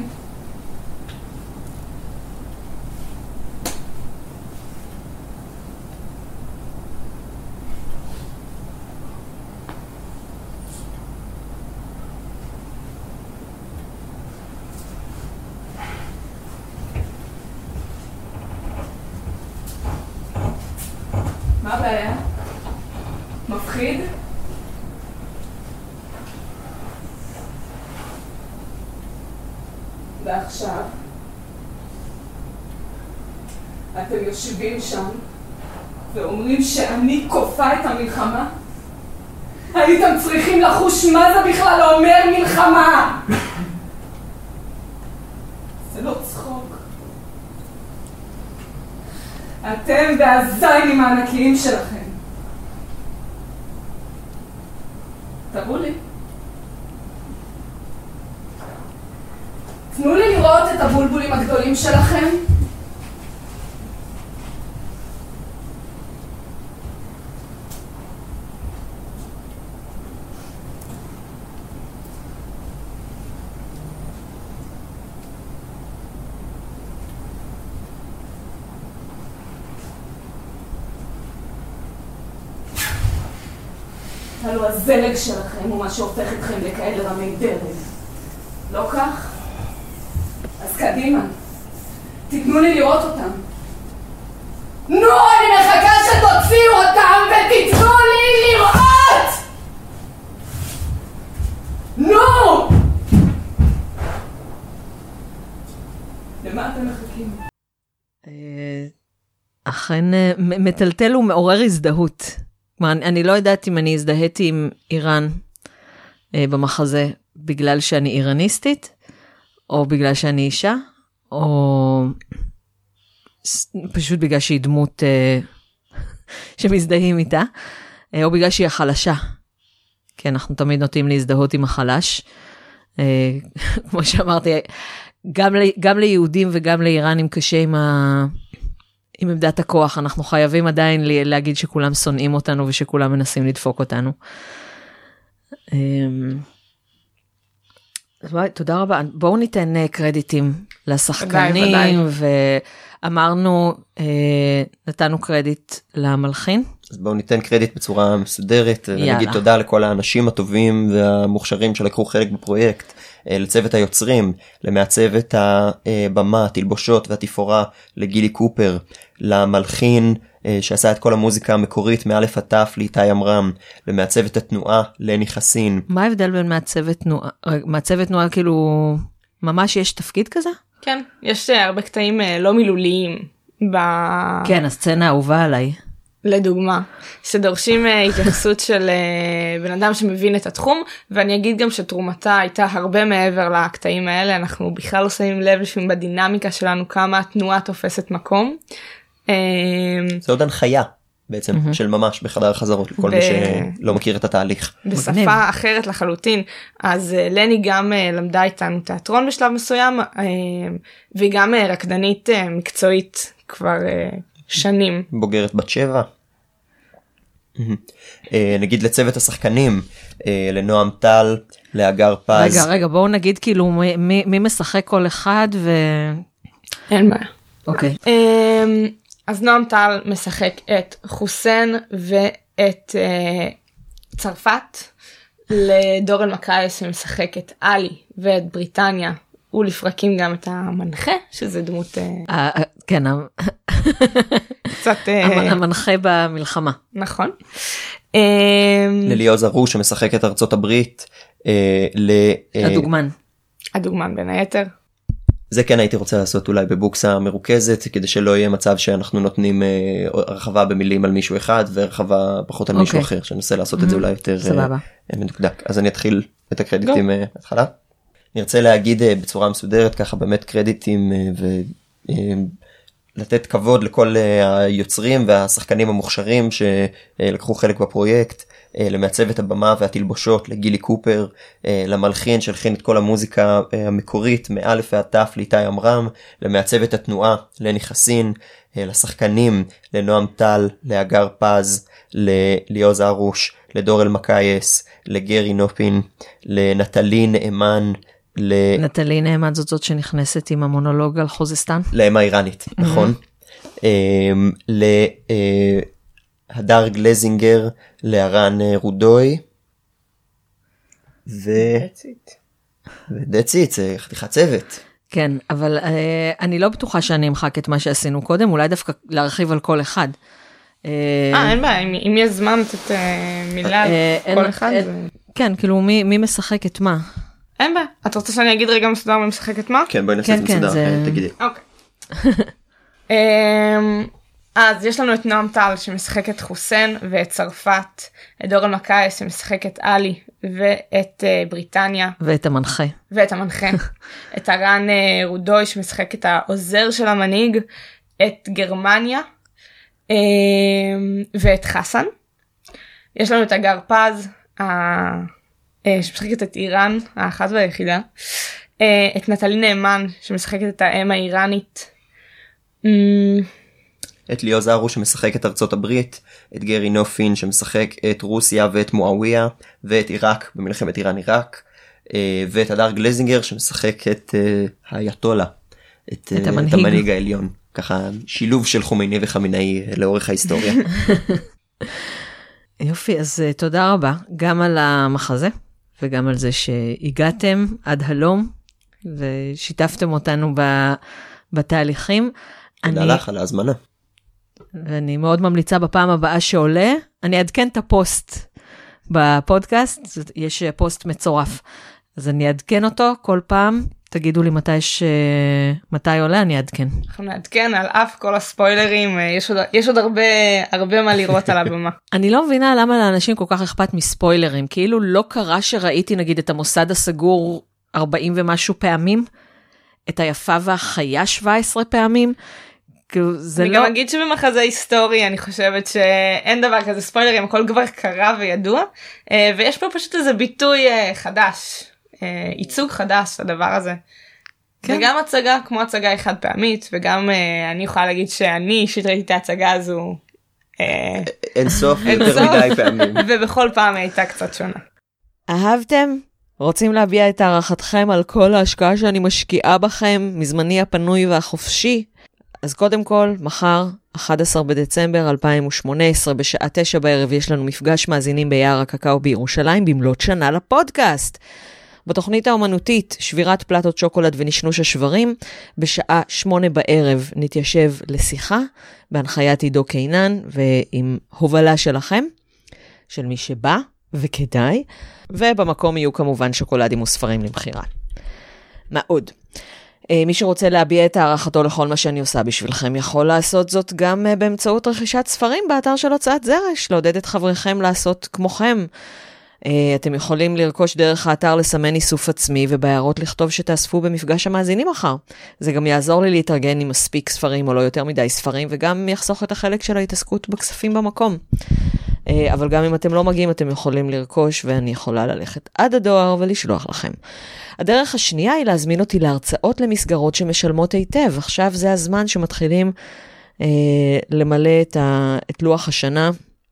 מה הבעיה? מפחיד? ועכשיו אתם יושבים שם ואומרים שאני כופה את המלחמה? הייתם צריכים לחוש מה זה בכלל אומר מלחמה. זה לא צחוק. אתם והזיינים הענקיים שלכם. תראו לי. תנו לי לראות את הבולבולים הגדולים שלכם. הלוא הזלג שלכם הוא מה שהופך אתכם לכאלה רמי דרג. לא כך? אז קדימה. תיתנו לי לראות אותם. נו, אני מחכה שתוציאו אותם ותיתנו לי לראות! נו! למה אתם מחכים? אכן מטלטל ומעורר הזדהות. כלומר, אני לא יודעת אם אני הזדהיתי עם איראן במחזה בגלל שאני איראניסטית, או בגלל שאני אישה, או פשוט בגלל שהיא דמות שמזדהים איתה, או בגלל שהיא החלשה. כי אנחנו תמיד נוטים להזדהות עם החלש. כמו שאמרתי, גם ליהודים וגם לאיראנים קשה עם עמדת הכוח. אנחנו חייבים עדיין להגיד שכולם שונאים אותנו ושכולם מנסים לדפוק אותנו. תודה רבה. בואו ניתן קרדיטים לשחקנים, ואמרנו, נתנו קרדיט למלחין. אז בואו ניתן קרדיט בצורה מסודרת, ונגיד תודה לכל האנשים הטובים והמוכשרים שלקחו חלק בפרויקט, לצוות היוצרים, למעצבת הבמה, תלבושות והתפאורה, לגילי קופר, למלחין שעשה את כל המוזיקה המקורית מאלף עד תף, לאיתי עמרם, למעצבת התנועה, לני חסין. מה ההבדל בין מעצבת תנועה? מעצבת תנועה כאילו, ממש יש תפקיד כזה? כן, יש הרבה קטעים לא מילוליים. כן, הסצנה האהובה עליי. לדוגמה, שדורשים התייחסות של בן אדם שמבין את התחום, ואני אגיד גם שתרומתה הייתה הרבה מעבר לקטעים האלה, אנחנו בכלל לא שמים לב לפעמים בדינמיקה שלנו כמה התנועה תופסת מקום. זה עוד הנחיה בעצם של ממש בחדר החזרות לכל מי שלא מכיר את התהליך. בשפה אחרת לחלוטין, אז לני גם למדה איתנו תיאטרון בשלב מסוים, והיא גם רקדנית מקצועית כבר שנים. בוגרת בת 7. נגיד לצוות השחקנים, לנועם טל, לאגר פז. רגע, בואו נגיד כאילו מי משחק כל אחד אין בעיה. אוקיי. אז נועם טל משחק את חוסיין ואת צרפת, לדורן מקייס שמשחק את אלי ואת בריטניה, ולפרקים גם את המנחה, שזה דמות... כן, קצת... המנחה במלחמה. נכון. לליאוז ארוש שמשחק את ארצות הברית. הדוגמן בין היתר. זה כן הייתי רוצה לעשות אולי בבוקסה מרוכזת, כדי שלא יהיה מצב שאנחנו נותנים הרחבה במילים על מישהו אחד, והרחבה פחות על מישהו אחר, שננסה לעשות את זה אולי יותר מדוקדק. אז אני אתחיל את הקרדיטים מההתחלה. אני רוצה להגיד בצורה מסודרת ככה באמת קרדיטים ולתת כבוד לכל היוצרים והשחקנים המוכשרים שלקחו חלק בפרויקט, למעצבת הבמה והתלבושות, לגילי קופר, למלחין שהלחין את כל המוזיקה המקורית מאלף ועד תף, לאיתי עמרם, למעצבת התנועה, לני חסין, לשחקנים, לנועם טל, לאגר פז, לליאוז ארוש, לדורל מקייס, לגרי נופין, לנטלי נאמן, נטלי נאמן זאת שנכנסת עם המונולוג על חוזסטן? לאמה איראנית, נכון. להדר גלזינגר, לארן רודוי, ודציט, זה חתיכת צוות. כן, אבל אני לא בטוחה שאני אמחק את מה שעשינו קודם, אולי דווקא להרחיב על כל אחד. אין בעיה, אם יש זמן לתת מילה על כל אחד. כן, כאילו מי משחק את מה? אין בעיה. את רוצה שאני אגיד רגע מסודר מי משחק את מה? כן, בואי נעשה את זה מסודר, תגידי. אוקיי. אז יש לנו את נועם טל שמשחק את חוסיין ואת צרפת, את דורן מקייס שמשחק את אלי ואת בריטניה. ואת המנחה. את ארן רודוי שמשחק את העוזר של המנהיג, את גרמניה ואת חסן. יש לנו את אגר פז, שמשחקת את איראן, האחת והיחידה, את נטלי נאמן שמשחקת את האם האיראנית, את ליאוז ארוש שמשחק את ארצות הברית, את גרי נופין שמשחק את רוסיה ואת מואוויה, ואת עיראק במלחמת איראן עיראק, ואת הדר גלזינגר שמשחק את האייתולה, את המנהיג העליון. ככה שילוב של חומייני וחמינאי לאורך ההיסטוריה. יופי, אז תודה רבה גם על המחזה וגם על זה שהגעתם עד הלום ושיתפתם אותנו בתהליכים. תודה לך על ההזמנה. ואני מאוד ממליצה בפעם הבאה שעולה, אני אעדכן את הפוסט בפודקאסט, יש פוסט מצורף, אז אני אעדכן אותו כל פעם, תגידו לי מתי עולה, אני אעדכן. אנחנו נעדכן על אף כל הספוילרים, יש עוד הרבה מה לראות על הבמה. אני לא מבינה למה לאנשים כל כך אכפת מספוילרים, כאילו לא קרה שראיתי נגיד את המוסד הסגור 40 ומשהו פעמים, את היפה והחיה 17 פעמים, אני גם אגיד שבמחזה היסטורי אני חושבת שאין דבר כזה ספוילרים, הכל כבר קרה וידוע, ויש פה פשוט איזה ביטוי חדש, ייצוג חדש לדבר הזה. וגם הצגה כמו הצגה חד פעמית, וגם אני יכולה להגיד שאני אישית ראיתי את ההצגה הזו אין סוף יותר מדי פעמים, ובכל פעם הייתה קצת שונה. אהבתם? רוצים להביע את הערכתכם על כל ההשקעה שאני משקיעה בכם מזמני הפנוי והחופשי? אז קודם כל, מחר, 11 בדצמבר 2018, בשעה 9 בערב, יש לנו מפגש מאזינים ביער הקקאו בירושלים, במלאת שנה לפודקאסט. בתוכנית האומנותית, שבירת פלטות שוקולד ונשנוש השברים, בשעה 8 בערב נתיישב לשיחה, בהנחיית עידו קינן, ועם הובלה שלכם, של מי שבא וכדאי, ובמקום יהיו כמובן שוקולדים וספרים למחירה. מה עוד? מי שרוצה להביע את הערכתו לכל מה שאני עושה בשבילכם, יכול לעשות זאת גם באמצעות רכישת ספרים באתר של הוצאת זרש, לעודד את חבריכם לעשות כמוכם. אתם יכולים לרכוש דרך האתר לסמן איסוף עצמי, ובהערות לכתוב שתאספו במפגש המאזינים מחר. זה גם יעזור לי להתארגן עם מספיק ספרים או לא יותר מדי ספרים, וגם יחסוך את החלק של ההתעסקות בכספים במקום. אבל גם אם אתם לא מגיעים, אתם יכולים לרכוש, ואני יכולה ללכת עד הדואר ולשלוח לכם. הדרך השנייה היא להזמין אותי להרצאות למסגרות שמשלמות היטב. עכשיו זה הזמן שמתחילים למלא את לוח השנה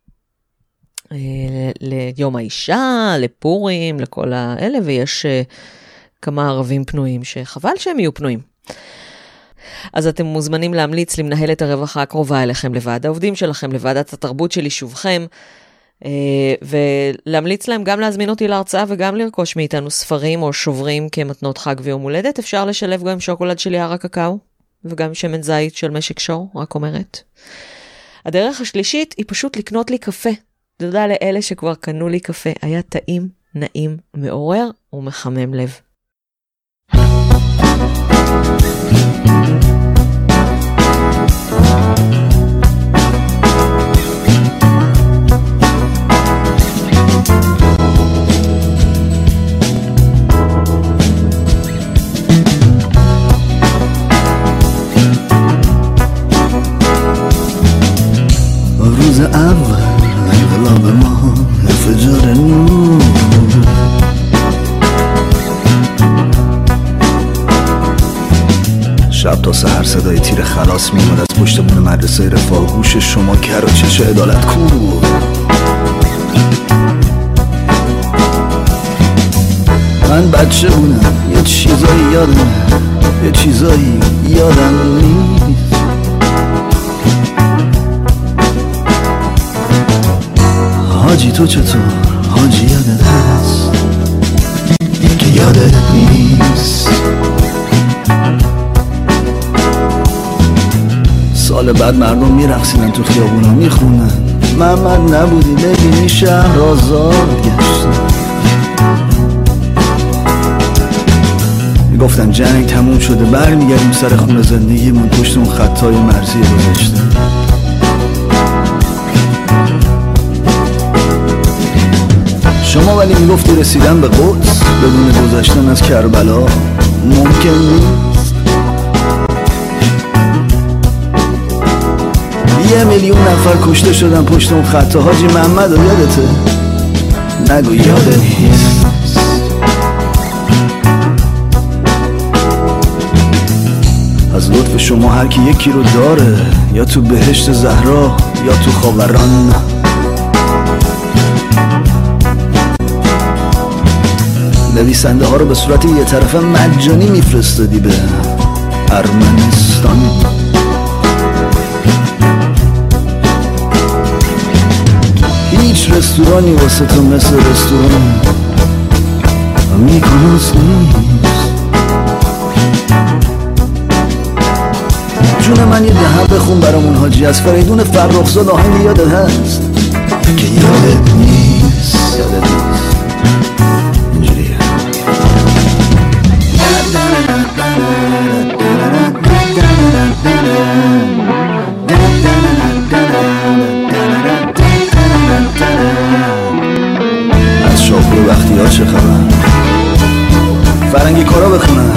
ליום האישה, לפורים, לכל האלה, ויש כמה ערבים פנויים שחבל שהם יהיו פנויים. אז אתם מוזמנים להמליץ למנהלת הרווחה הקרובה אליכם, לוועד העובדים שלכם, לוועדת התרבות של יישובכם, ולהמליץ להם גם להזמין אותי להרצאה וגם לרכוש מאיתנו ספרים או שוברים כמתנות חג ויום הולדת. אפשר לשלב גם שוקולד של יער הקקאו וגם שמן זית של משק שור, רק אומרת. הדרך השלישית היא פשוט לקנות לי קפה. תודה לאלה שכבר קנו לי קפה. היה טעים, נעים, מעורר ומחמם לב. روز اول انقلاب ما انفجار نور شب تا سحر صدای تیر خلاص میومد از پشت بون مدرسه رفاه. گوش شما کر و چش عدالت کو. من بچه بودم یه چیزایی یادم نیست. حاجی تو چطور؟ حاجی یادت هست که یادت نیست. سال بعد مردم میرقصیدن تو خیابونا میخونن محمد نبودی ببینی شهر آزاد گشتن. میگفتن جنگ تموم شده برمیگردیم سر خونه زندگیمون پشت اون خطای مرزی گذاشته. شما ولی میگفتی رسیدن به قدس بدون گذشتن از کربلا ممکن نیست. 1 میلیون نفر کشته شدن پشت اون خط. حاجی محمد رو یادته؟ نگو یاده نیست. از لطف شما هر کی یکی رو داره، یا تو بهشت زهرا یا تو خاوران. نویسنده ها رو به صورت یه طرفه مجانی میفرستادی به ارمنستان. هیچ رستورانی واسه تو مثل رستوران میکنوس نیست. جون من یه دهن بخون برامون حاجی از فریدون فرخزاد آهنگ یادت هست که یادت نیست اینجوریه از شاپور وقتی ها چه خبر فرنگی کارا بخونم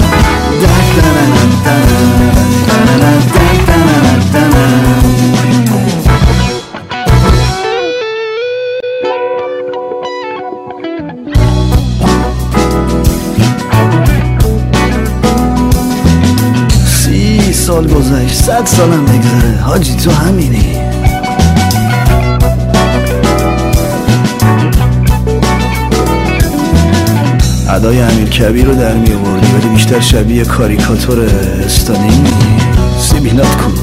سال گذشت 100 سالم بگذره حاجی تو همینی ادای امیر کبیر رو در می آوردی ولی بیشتر شبیه کاریکاتور استالینی سیبیلات کن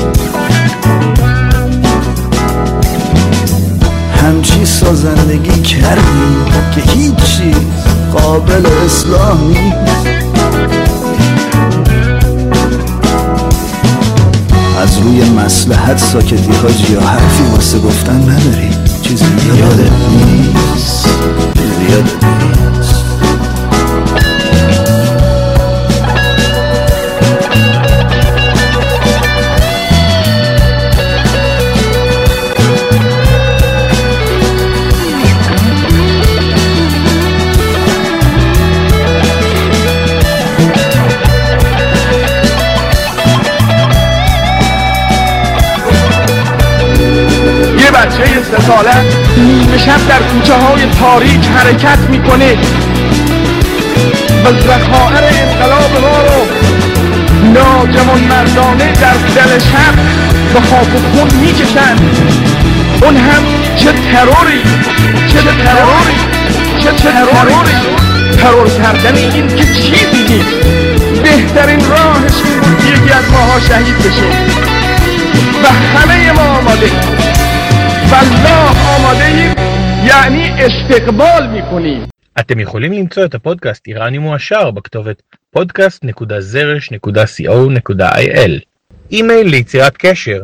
همچی سازندگی کردی که هیچ چیز قابل اصلاح نیست از روی مصلحت ساکتی حاجی یا حرفی واسه گفتن نداری چیزی یادت نیست یادت نیست بچه 3 ساله نیمه شب در کوچه های تاریک حرکت میکنه و ذخایر انقلاب ما رو ناجوان مردانه در دل شب به خاک و خون میکشن اون هم چه تروری ترور کردن این که چیزی نیست بهترین راهش این بود یکی از ماها شهید بشه و همه ما آماده والله آماده یعنی استقبال میکنیم. אתם יכולים למצוא את הפודקאסט איראני מועשר בכתובת podcast.zrsh.co.il. אימייל ליצירת קשר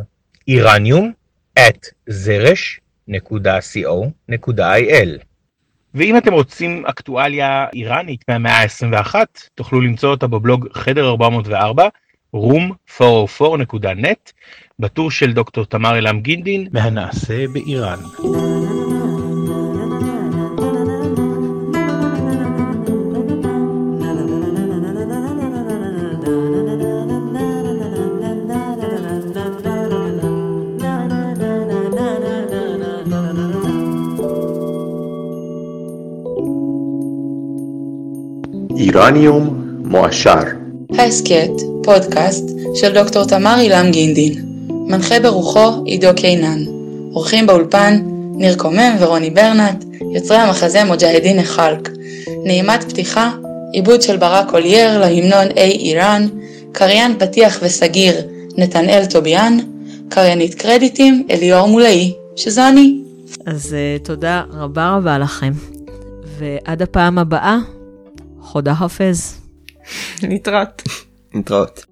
iranium@zrsh.co.il. ואם אתם רוצים אקטואליה איראנית מהמאה ה-21 תוכלו למצוא אותה בבלוג חדר 404 room404.net בטור של דוקטור תמר אילם גינדין מהנעשה באיראן. איראניום מועשר הסקט, פודקאסט של דוקטור תמר אילם גינדין. מנחה ברוחו עידו קינן. אורחים באולפן ניר קומם ורוני ברנט, יוצרי המחזה מוג'הדין החלק. נעימת פתיחה, עיבוד של ברק אולייר להמנון איי איראן, קריין פתיח וסגיר נתנאל טוביאן, קריינית קרדיטים אליאור מולאי, שזו אני. אז תודה רבה רבה לכם. ועד הפעם הבאה, חודה חפז. נתראות.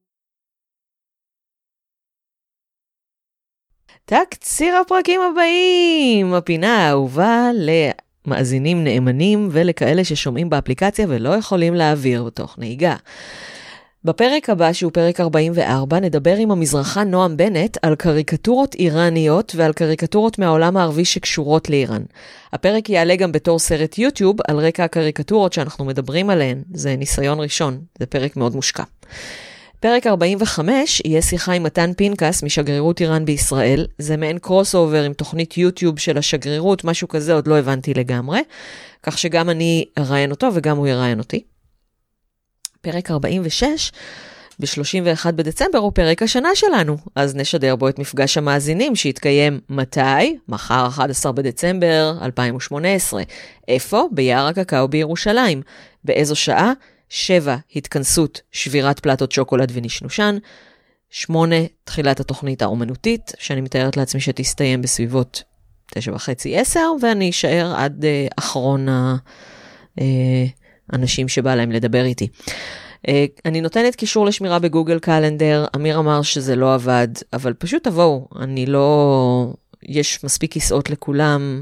תקציר הפרקים הבאים, הפינה האהובה למאזינים נאמנים ולכאלה ששומעים באפליקציה ולא יכולים להעביר בתוך נהיגה. בפרק הבא, שהוא פרק 44, נדבר עם המזרחן נועם בנט על קריקטורות איראניות ועל קריקטורות מהעולם הערבי שקשורות לאיראן. הפרק יעלה גם בתור סרט יוטיוב על רקע הקריקטורות שאנחנו מדברים עליהן. זה ניסיון ראשון, זה פרק מאוד מושקע. פרק 45 יהיה שיחה עם מתן פינקס משגרירות איראן בישראל. זה מעין קרוס אובר עם תוכנית יוטיוב של השגרירות, משהו כזה עוד לא הבנתי לגמרי. כך שגם אני אראיין אותו וגם הוא יראיין אותי. פרק 46, ב-31 בדצמבר הוא פרק השנה שלנו, אז נשדר בו את מפגש המאזינים שיתקיים מתי? מחר 11 בדצמבר 2018. איפה? ביער הקקאו בירושלים. באיזו שעה? 7, התכנסות שבירת פלטות שוקולד ונשנושן. 8, תחילת התוכנית האומנותית, שאני מתארת לעצמי שתסתיים בסביבות 9:30-10, ואני אשאר עד אחרון האנשים שבא להם לדבר איתי. אני נותנת קישור לשמירה בגוגל קלנדר, אמיר אמר שזה לא עבד, אבל פשוט תבואו, יש מספיק כיסאות לכולם,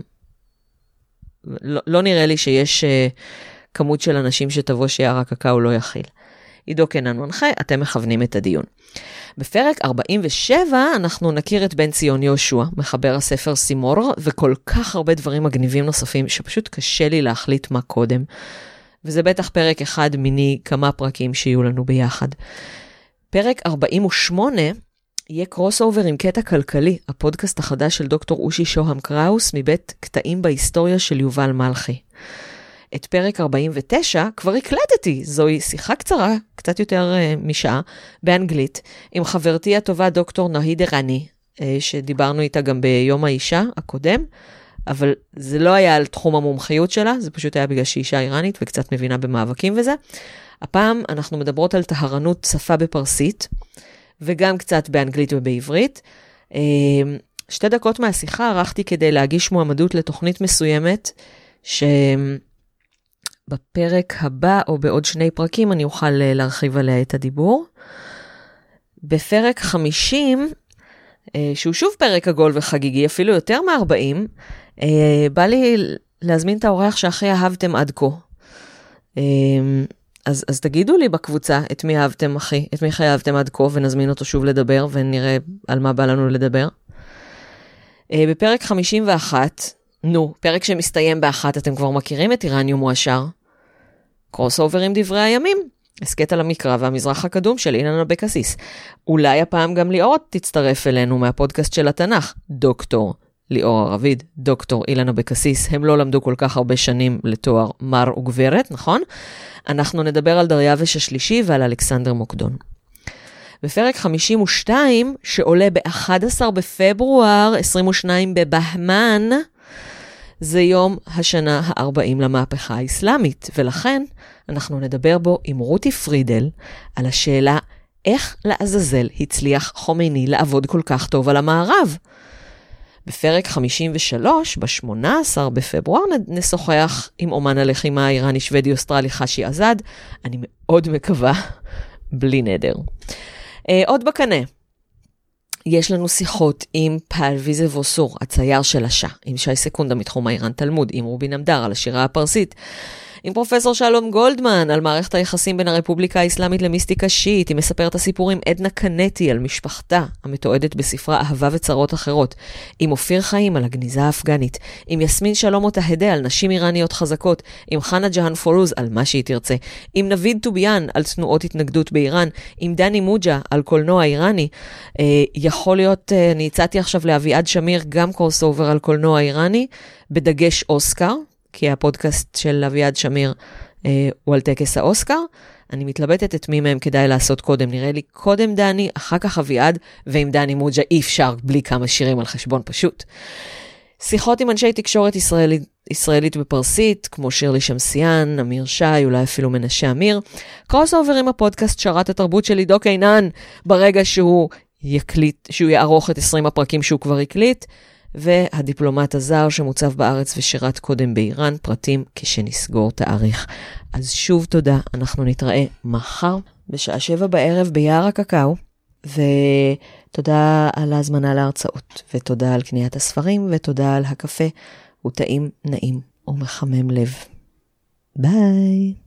לא נראה לי שיש כמות של אנשים שתבוא שיער הקקאו לא יכיל. עידו קנן מנחה, אתם מכוונים את הדיון. בפרק 47 אנחנו נכיר את בן ציון יהושע, מחבר הספר סימור, וכל כך הרבה דברים מגניבים נוספים, שפשוט קשה לי להחליט מה קודם. וזה בטח פרק אחד מיני כמה פרקים שיהיו לנו ביחד. פרק 48 יהיה קרוס אובר עם קטע כלכלי, הפודקאסט החדש של דוקטור אושי שוהם קראוס, מבית קטעים בהיסטוריה של יובל מלכי. את פרק 49 כבר הקלטתי, זוהי שיחה קצרה, קצת יותר משעה, באנגלית, עם חברתי הטובה דוקטור נהיד ערני, שדיברנו איתה גם ביום האישה הקודם, אבל זה לא היה על תחום המומחיות שלה, זה פשוט היה בגלל שהיא אישה איראנית וקצת מבינה במאבקים וזה. הפעם אנחנו מדברות על טהרנות שפה בפרסית, וגם קצת באנגלית ובעברית. 2 דקות מהשיחה ערכתי כדי להגיש מועמדות לתוכנית מסוימת, שבפרק הבא או בעוד 2 פרקים אני אוכל להרחיב עליה את הדיבור. בפרק 50, שהוא שוב פרק עגול וחגיגי, אפילו יותר מ-40, בא לי להזמין את האורח שהכי אהבתם עד כה. אז תגידו לי בקבוצה את מי אהבתם הכי, את מי הכי אהבתם עד כה, ונזמין אותו שוב לדבר, ונראה על מה בא לנו לדבר. בפרק 51, פרק שמסתיים באחת, אתם כבר מכירים את איראניום מועשר. קרוס אובר עם דברי הימים. הסקט על המקרא והמזרח הקדום של אילנה בקסיס. אולי הפעם גם ליאור תצטרף אלינו מהפודקאסט של התנ"ך. דוקטור ליאור הרביד, דוקטור אילנה בקסיס, הם לא למדו כל כך הרבה שנים לתואר מר וגברת, נכון? אנחנו נדבר על דריווש השלישי ועל אלכסנדר מוקדון. בפרק 52, שעולה ב-11 בפברואר, 22 בבהמן, זה יום השנה ה-40 למהפכה האסלאמית, ולכן אנחנו נדבר בו עם רותי פרידל על השאלה איך לעזאזל הצליח חומייני לעבוד כל כך טוב על המערב. בפרק 53, ב-18 בפברואר, נשוחח עם אומן הלחימה האיראני שוודי אוסטרלי חשי עזד. אני מאוד מקווה, בלי נדר. עוד בקנה. יש לנו שיחות עם פלוויזה ווסור, הצייר של השעה, עם שי סקונדה מתחום האיראן תלמוד, עם רובין עמדר על השירה הפרסית, עם פרופסור שלום גולדמן על מערכת היחסים בין הרפובליקה האסלאמית למיסטיקה שיעית, היא מספרת הסיפור עם עדנה קנטי על משפחתה, המתועדת בספרה אהבה וצרות אחרות, עם אופיר חיים על הגניזה האפגנית, עם יסמין שלום אותהדה על נשים איראניות חזקות, עם חנה ג'האן פורוז על מה שהיא תרצה, עם נביד טוביאן על תנועות התנגדות באיראן, עם דני מוג'ה על קולנוע איראני. יכול להיות, אני הצעתי עכשיו לאביעד שמיר גם קורס אובר על קולנוע איראני, בדגש אוסקר, כי הפודקאסט של אביעד שמיר הוא על טקס האוסקר. אני מתלבטת את מי מהם כדאי לעשות קודם. נראה לי קודם דני, אחר כך אביעד, ועם דני מוג'ה אי אפשר בלי כמה שירים על חשבון פשוט. שיחות עם אנשי תקשורת ישראלית בפרסית, כמו שירלי שמסיאן, אמיר שי, אולי אפילו מנשה אמיר. קרוס אובר עם הפודקאסט שרת התרבות של עידו קינן, ברגע שהוא יערוך את 20 הפרקים שהוא כבר הקליט, והדיפלומט הזר שמוצב בארץ ושירת קודם באיראן, פרטים כשנסגור תאריך. אז שוב תודה, אנחנו נתראה מחר בשעה 7 בערב ביער הקקאו, ותודה על ההזמנה להרצאות, ותודה על קניית הספרים, ותודה על הקפה, הוא טעים, נעים ומחמם לב. ביי.